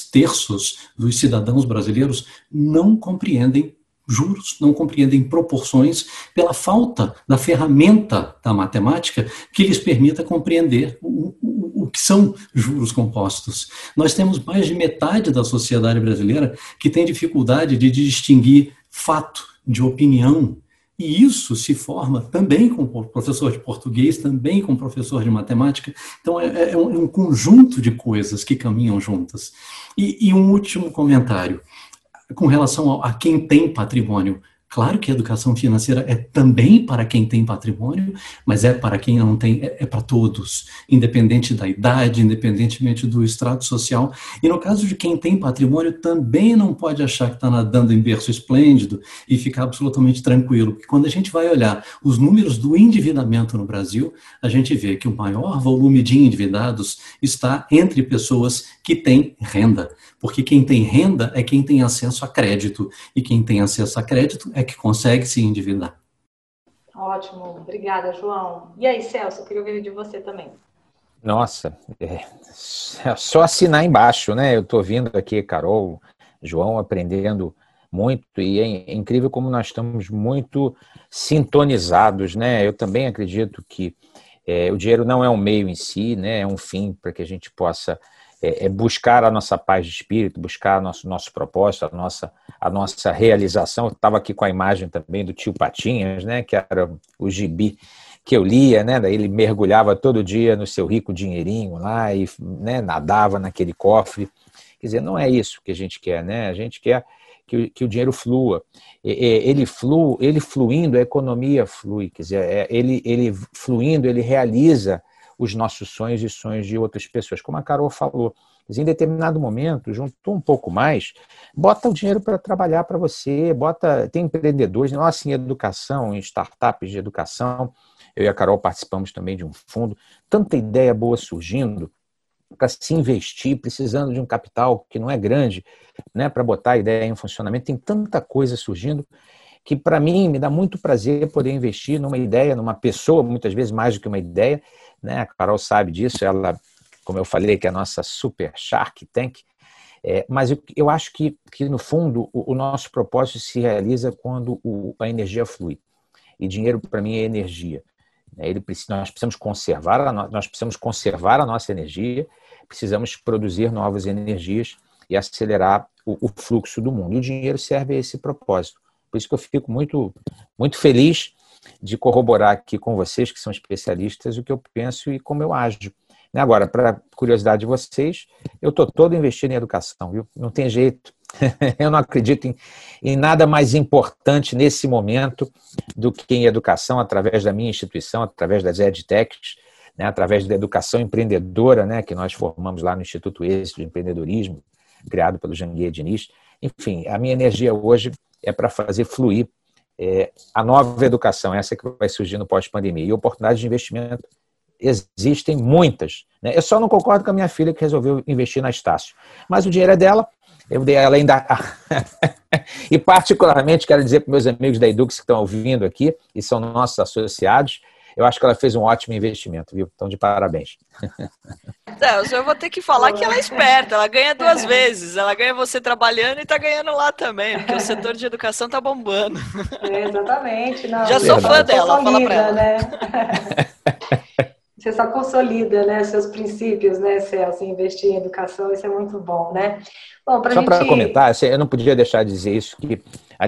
2/3 dos cidadãos brasileiros não compreendem juros, não compreendem proporções pela falta da ferramenta da matemática que lhes permita compreender o que são juros compostos. Nós temos mais de metade da sociedade brasileira que tem dificuldade de distinguir fato de opinião. E isso se forma também com o professor de português, também com o professor de matemática. Então, é um conjunto de coisas que caminham juntas. E um último comentário. Com relação a quem tem patrimônio, claro que a educação financeira é também para quem tem patrimônio, mas é para quem não tem, é para todos, independente da idade, independentemente do estrato social. E no caso de quem tem patrimônio, também não pode achar que está nadando em berço esplêndido e ficar absolutamente tranquilo, porque quando a gente vai olhar os números do endividamento no Brasil, a gente vê que o maior volume de endividados está entre pessoas que têm renda. Porque quem tem renda é quem tem acesso a crédito, e quem tem acesso a crédito é que consegue se endividar. Ótimo, obrigada, João. E aí, Celso, eu queria ouvir de você também. Nossa, é só assinar embaixo, né? Eu estou vendo aqui, Carol, João, aprendendo muito, e é incrível como nós estamos muito sintonizados, né? Eu também acredito que o dinheiro não é um meio em si, né? É um fim para que a gente possa buscar a nossa paz de espírito, buscar nosso propósito, a nossa realização. Eu estava aqui com a imagem também do tio Patinhas, né, que era o gibi que eu lia, né, daí ele mergulhava todo dia no seu rico dinheirinho lá e, né, nadava naquele cofre. Quer dizer, não é isso que a gente quer, né? A gente quer que o dinheiro flua. Ele fluindo, a economia flui. Quer dizer, ele fluindo, ele realiza os nossos sonhos e sonhos de outras pessoas. Como a Carol falou, em determinado momento, juntou um pouco mais, bota o dinheiro para trabalhar para você, tem empreendedores, não assim, em educação, em startups de educação. Eu e a Carol participamos também de um fundo, tanta ideia boa surgindo para se investir, precisando de um capital que não é grande, né, para botar a ideia em funcionamento. Tem tanta coisa surgindo que, para mim, me dá muito prazer poder investir numa ideia, numa pessoa, muitas vezes mais do que uma ideia, né? A Carol sabe disso, ela, como eu falei, que é a nossa super Shark Tank, mas eu acho que, no fundo, o nosso propósito se realiza quando a energia flui. E dinheiro, para mim, é energia. Nós precisamos conservar a nossa energia, precisamos produzir novas energias e acelerar o fluxo do mundo. E o dinheiro serve a esse propósito. Por isso que eu fico muito, muito feliz de corroborar aqui com vocês, que são especialistas, o que eu penso e como eu ajo. Agora, para curiosidade de vocês, eu estou todo investido em educação, viu? Não tem jeito. Eu não acredito em nada mais importante nesse momento do que em educação, através da minha instituição, através das EdTechs, né, através da educação empreendedora, né, que nós formamos lá no Instituto Êxito de Empreendedorismo, criado pelo Janguier Diniz. Enfim, a minha energia hoje é para fazer fluir a nova educação, essa que vai surgir no pós-pandemia. E oportunidades de investimento existem muitas, né? Eu só não concordo com a minha filha que resolveu investir na Estácio. Mas o dinheiro é dela, eu dei ela ainda... E particularmente quero dizer para meus amigos da Edux que estão ouvindo aqui, e são nossos associados, eu acho que ela fez um ótimo investimento, viu? Então, de parabéns. Celso, eu vou ter que falar que ela é esperta, ela ganha 2 vezes. Ela ganha você trabalhando e está ganhando lá também, porque o setor de educação está bombando. Exatamente. Não, já sou fã dela, fala para ela. Né? Você só consolida, né, seus princípios, né, Celso, investir em educação, isso é muito bom, né? Bom, só para comentar, eu não podia deixar de dizer isso, que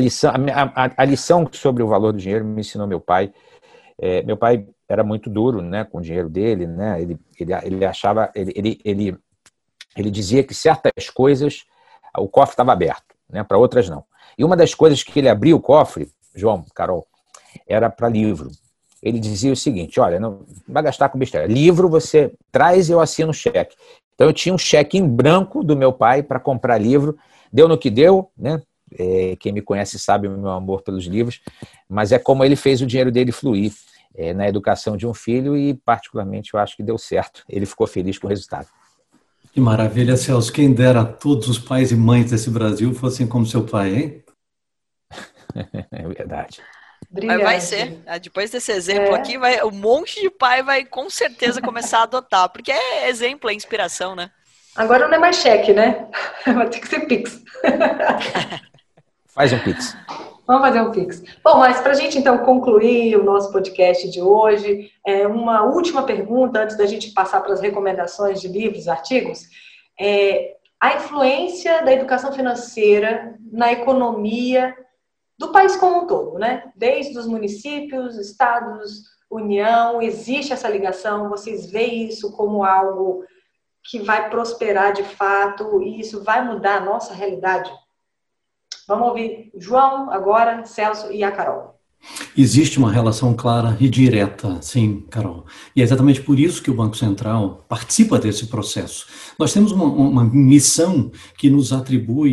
a lição sobre o valor do dinheiro me ensinou meu pai. Meu pai era muito duro, né, com o dinheiro dele, né? Ele achava, ele ele dizia que certas coisas o cofre estava aberto, né, para outras não. E uma das coisas que ele abriu o cofre, João, Carol, era para livro. Ele dizia o seguinte: olha, não vai gastar com besteira. Livro você traz e eu assino o cheque. Então eu tinha um cheque em branco do meu pai para comprar livro. Deu no que deu, né? Quem me conhece sabe o meu amor pelos livros, mas é como ele fez o dinheiro dele fluir na educação de um filho e, particularmente, eu acho que deu certo. Ele ficou feliz com o resultado. Que maravilha, Celso. Quem dera todos os pais e mães desse Brasil fossem como seu pai, hein? É verdade. Mas vai ser. Depois desse exemplo aqui, um monte de pai vai com certeza começar a adotar, porque é exemplo, é inspiração, né? Agora não é mais cheque, né? Vai ter que ser Pix. Faz um Pix. Vamos fazer um Pix. Bom, mas para a gente então concluir o nosso podcast de hoje, uma última pergunta antes da gente passar para as recomendações de livros, artigos. A influência da educação financeira na economia do país como um todo, né? Desde os municípios, estados, União, existe essa ligação? Vocês veem isso como algo que vai prosperar de fato e isso vai mudar a nossa realidade? Vamos ouvir João agora, Celso e a Carol. Existe uma relação clara e direta, sim, Carol. E é exatamente por isso que o Banco Central participa desse processo. Nós temos uma missão que nos atribui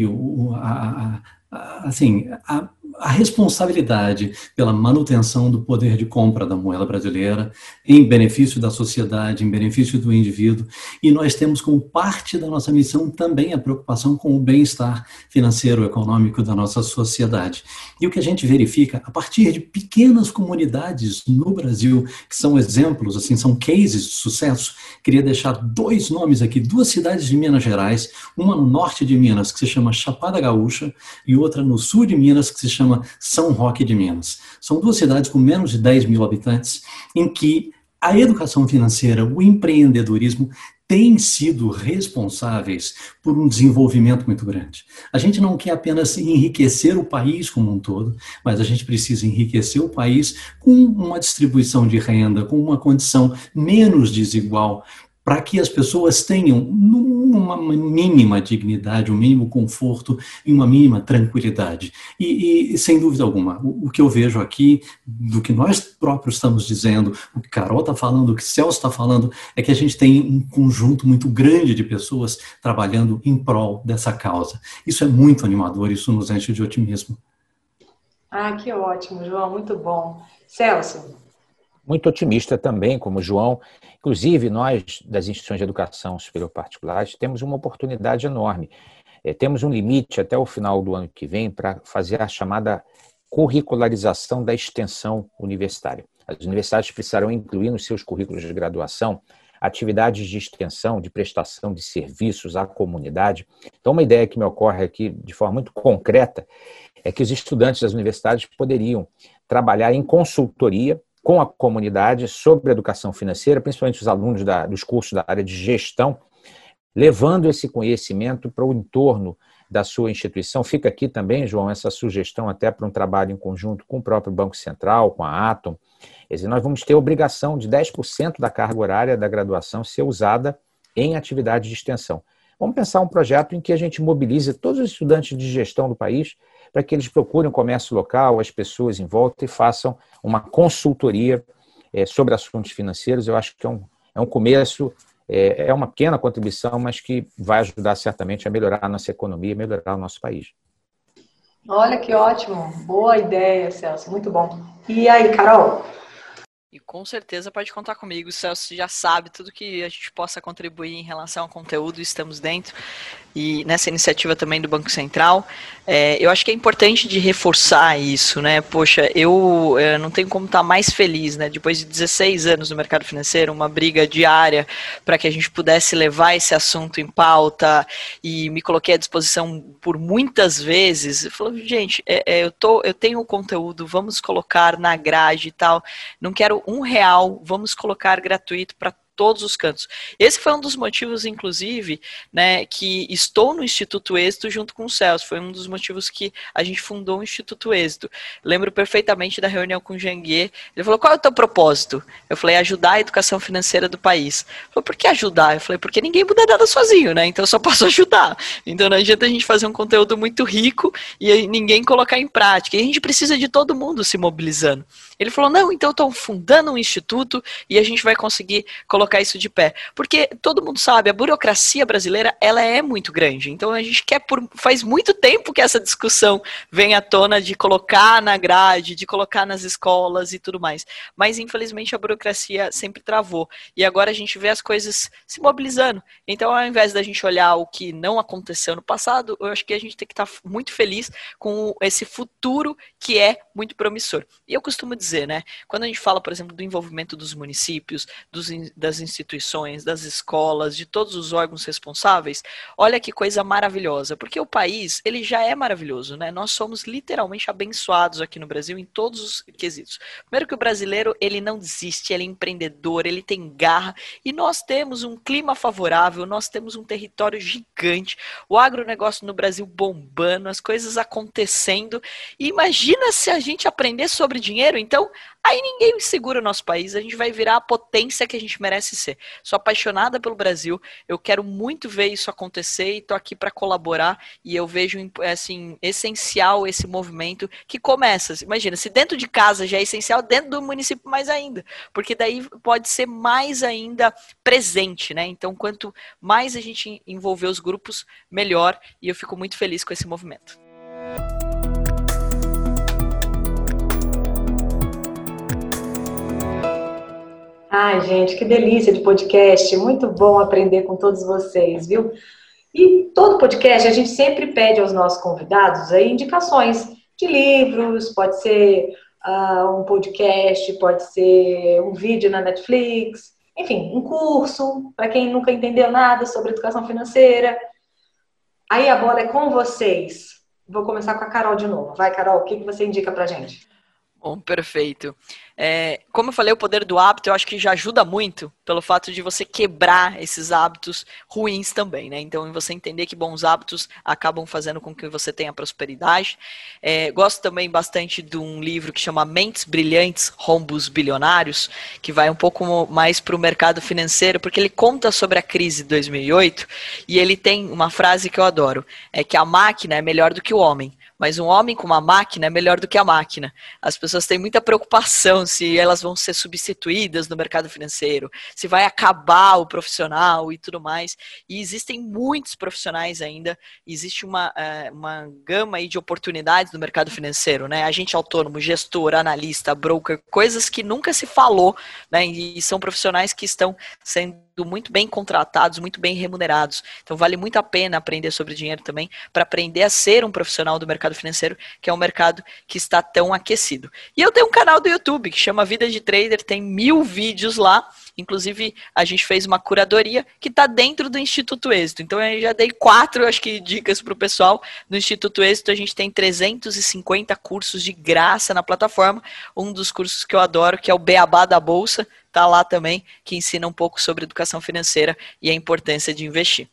a responsabilidade pela manutenção do poder de compra da moeda brasileira em benefício da sociedade, em benefício do indivíduo, e nós temos como parte da nossa missão também a preocupação com o bem-estar financeiro, econômico da nossa sociedade. E o que a gente verifica a partir de pequenas comunidades no Brasil, que são exemplos, assim, são cases de sucesso. Queria deixar 2 nomes aqui, 2 cidades de Minas Gerais, uma no norte de Minas, que se chama Chapada Gaúcha, e outra no sul de Minas, que se chama São Roque de Minas. São 2 cidades com menos de 10 mil habitantes, em que a educação financeira, o empreendedorismo, têm sido responsáveis por um desenvolvimento muito grande. A gente não quer apenas enriquecer o país como um todo, mas a gente precisa enriquecer o país com uma distribuição de renda, com uma condição menos desigual, para que as pessoas tenham uma mínima dignidade, um mínimo conforto e uma mínima tranquilidade. E sem dúvida alguma, o que eu vejo aqui, do que nós próprios estamos dizendo, o que Carol está falando, o que Celso está falando, é que a gente tem um conjunto muito grande de pessoas trabalhando em prol dessa causa. Isso é muito animador, isso nos enche de otimismo. Ah, que ótimo, João, muito bom. Celso? Muito otimista também, como o João. Inclusive, nós, das instituições de educação superior particulares, temos uma oportunidade enorme. Temos um limite até o final do ano que vem para fazer a chamada curricularização da extensão universitária. As universidades precisarão incluir nos seus currículos de graduação atividades de extensão, de prestação de serviços à comunidade. Então, uma ideia que me ocorre aqui de forma muito concreta é que os estudantes das universidades poderiam trabalhar em consultoria com a comunidade sobre educação financeira, principalmente os alunos dos cursos da área de gestão, levando esse conhecimento para o entorno da sua instituição. Fica aqui também, João, essa sugestão até para um trabalho em conjunto com o próprio Banco Central, com a Atom. Quer dizer, nós vamos ter a obrigação de 10% da carga horária da graduação ser usada em atividade de extensão. Vamos pensar um projeto em que a gente mobilize todos os estudantes de gestão do país para que eles procurem o comércio local, as pessoas em volta e façam uma consultoria sobre assuntos financeiros. Eu acho que é um começo, é uma pequena contribuição, mas que vai ajudar certamente a melhorar a nossa economia e melhorar o nosso país. Olha que ótimo, boa ideia, Celso, muito bom. E aí, Carol? E com certeza pode contar comigo, o Celso já sabe tudo que a gente possa contribuir em relação ao conteúdo, estamos dentro. E nessa iniciativa também do Banco Central, eu acho que é importante de reforçar isso, né? Poxa, eu não tenho como estar mais feliz, né? Depois de 16 anos no mercado financeiro, uma briga diária para que a gente pudesse levar esse assunto em pauta e me coloquei à disposição por muitas vezes. Eu falo, gente, eu tenho o conteúdo, vamos colocar na grade e tal, não quero R$1, vamos colocar gratuito para todos os cantos. Esse foi um dos motivos, inclusive, né, que estou no Instituto Êxito junto com o Celso. Foi um dos motivos que a gente fundou o Instituto Êxito. Lembro perfeitamente da reunião com o Janguier. Ele falou, qual é o teu propósito? Eu falei, ajudar a educação financeira do país. Ele falou, por que ajudar? Eu falei, porque ninguém muda nada sozinho, né? Então eu só posso ajudar. Então não adianta a gente fazer um conteúdo muito rico e ninguém colocar em prática. E a gente precisa de todo mundo se mobilizando. Ele falou, não, então eu estou fundando um instituto e a gente vai conseguir colocar isso de pé. Porque todo mundo sabe, a burocracia brasileira, ela é muito grande. Então a gente quer, faz muito tempo que essa discussão vem à tona de colocar na grade, de colocar nas escolas e tudo mais. Mas infelizmente a burocracia sempre travou. E agora a gente vê as coisas se mobilizando. Então ao invés da gente olhar o que não aconteceu no passado, eu acho que a gente tem que estar muito feliz com esse futuro que é muito promissor. E eu costumo dizer, né, quando a gente fala, por exemplo, do envolvimento dos municípios, das instituições, das escolas, de todos os órgãos responsáveis, olha que coisa maravilhosa, porque o país, ele já é maravilhoso, né? Nós somos literalmente abençoados aqui no Brasil em todos os quesitos. Primeiro que o brasileiro, ele não desiste, ele é empreendedor, ele tem garra, e nós temos um clima favorável, nós temos um território gigante, o agronegócio no Brasil bombando, as coisas acontecendo, e imagina se a gente aprender sobre dinheiro, então aí ninguém segura o nosso país, a gente vai virar a potência que a gente merece ser. Sou apaixonada pelo Brasil, eu quero muito ver isso acontecer e estou aqui para colaborar e eu vejo assim, essencial esse movimento que começa. Imagina, se dentro de casa já é essencial, dentro do município mais ainda, porque daí pode ser mais ainda presente, né? Então, quanto mais a gente envolver os grupos, melhor, e eu fico muito feliz com esse movimento. Ai, gente, que delícia de podcast. Muito bom aprender com todos vocês, viu? E todo podcast a gente sempre pede aos nossos convidados aí indicações de livros, pode ser um podcast, pode ser um vídeo na Netflix, enfim, um curso para quem nunca entendeu nada sobre educação financeira. Aí a bola é com vocês. Vou começar com a Carol de novo. Vai, Carol, o que você indica pra gente? Bom, perfeito. Como eu falei, o poder do hábito eu acho que já ajuda muito pelo fato de você quebrar esses hábitos ruins também, né? Então, você entender que bons hábitos acabam fazendo com que você tenha prosperidade. Gosto também bastante de um livro que chama Mentes Brilhantes, Rombos Bilionários, que vai um pouco mais para o mercado financeiro, porque ele conta sobre a crise de 2008 e ele tem uma frase que eu adoro, é que a máquina é melhor do que o homem. Mas um homem com uma máquina é melhor do que a máquina. As pessoas têm muita preocupação se elas vão ser substituídas no mercado financeiro, se vai acabar o profissional e tudo mais. E existem muitos profissionais ainda, existe uma gama aí de oportunidades no mercado financeiro, né? Agente autônomo, gestor, analista, broker, coisas que nunca se falou, né? E são profissionais que estão sendo muito bem contratados, muito bem remunerados. Então vale muito a pena aprender sobre dinheiro também, para aprender a ser um profissional do mercado financeiro, que é um mercado que está tão aquecido. E eu tenho um canal do YouTube que chama Vida de Trader, tem 1000 vídeos lá, inclusive a gente fez uma curadoria que está dentro do Instituto Êxito. Então eu já dei 4, acho que, dicas para o pessoal. No Instituto Êxito a gente tem 350 cursos de graça na plataforma. Um dos cursos que eu adoro, que é o Beabá da Bolsa, está lá também, que ensina um pouco sobre educação financeira e a importância de investir.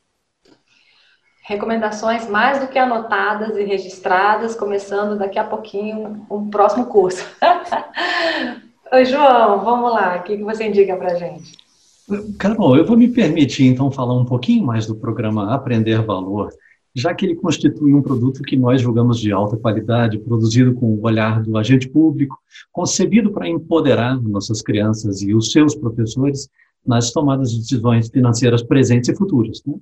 Recomendações mais do que anotadas e registradas, começando daqui a pouquinho um próximo curso. Oi, João, vamos lá, o que você indica para a gente? Carol, eu vou me permitir, então, falar um pouquinho mais do programa Aprender Valor, já que ele constitui um produto que nós julgamos de alta qualidade, produzido com o olhar do agente público, concebido para empoderar nossas crianças e os seus professores nas tomadas de decisões financeiras presentes e futuras, né?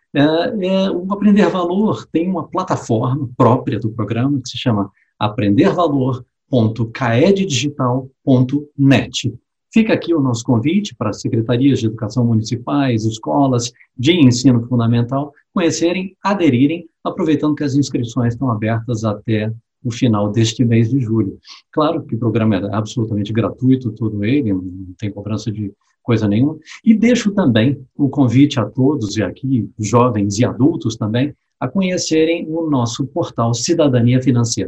O Aprender Valor tem uma plataforma própria do programa que se chama aprendervalor.caeddigital.net. Fica aqui o nosso convite para as secretarias de educação municipais, escolas de ensino fundamental conhecerem, aderirem, aproveitando que as inscrições estão abertas até o final deste mês de julho. Claro que o programa é absolutamente gratuito, todo ele, não tem cobrança de coisa nenhuma. E deixo também o convite a todos, e aqui jovens e adultos também, a conhecerem o nosso portal Cidadania Financeira.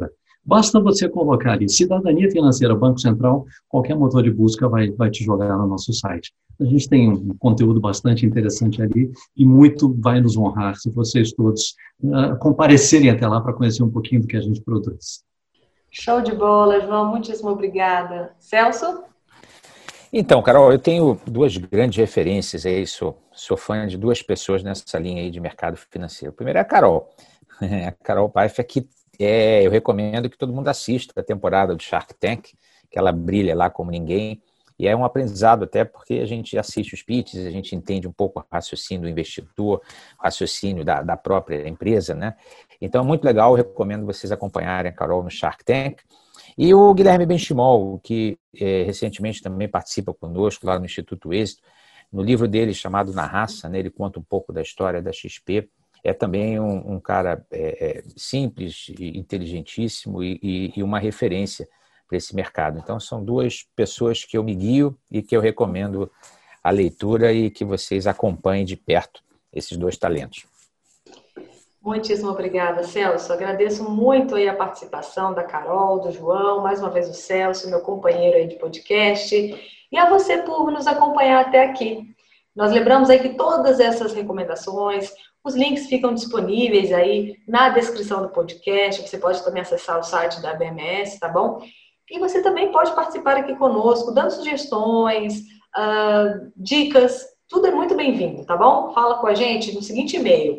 Basta você colocar ali Cidadania Financeira Banco Central, qualquer motor de busca vai te jogar no nosso site. A gente tem um conteúdo bastante interessante ali e muito vai nos honrar se vocês todos comparecerem até lá para conhecer um pouquinho do que a gente produz. Show de bola, João. Muitíssimo obrigada. Celso? Então, Carol, eu tenho duas grandes referências aí, sou fã de duas pessoas nessa linha aí de mercado financeiro. O primeiro é a Carol. A Carol Pfeiffer, que eu recomendo que todo mundo assista a temporada do Shark Tank, que ela brilha lá como ninguém. E é um aprendizado até porque a gente assiste os pitches, a gente entende um pouco o raciocínio do investidor, o raciocínio da própria empresa, né? Então é muito legal, eu recomendo vocês acompanharem a Carol no Shark Tank. E o Guilherme Benchimol, que recentemente também participa conosco lá no Instituto Êxito, no livro dele chamado Na Raça, né, ele conta um pouco da história da XP. É também um cara simples, inteligentíssimo e uma referência para esse mercado. Então, são duas pessoas que eu me guio e que eu recomendo a leitura e que vocês acompanhem de perto esses dois talentos. Muitíssimo obrigada, Celso. Agradeço muito aí a participação da Carol, do João, mais uma vez o Celso, meu companheiro aí de podcast, e a você por nos acompanhar até aqui. Nós lembramos aí que todas essas recomendações, os links ficam disponíveis aí na descrição do podcast. Você pode também acessar o site da BMS, tá bom? E você também pode participar aqui conosco, dando sugestões, dicas. Tudo é muito bem-vindo, tá bom? Fala com a gente no seguinte e-mail,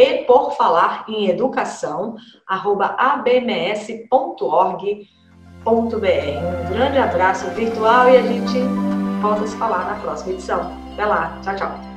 eporfalaremeducação@abms.org.br. Um grande abraço virtual e a gente volta a se falar na próxima edição. Até lá. Tchau, tchau.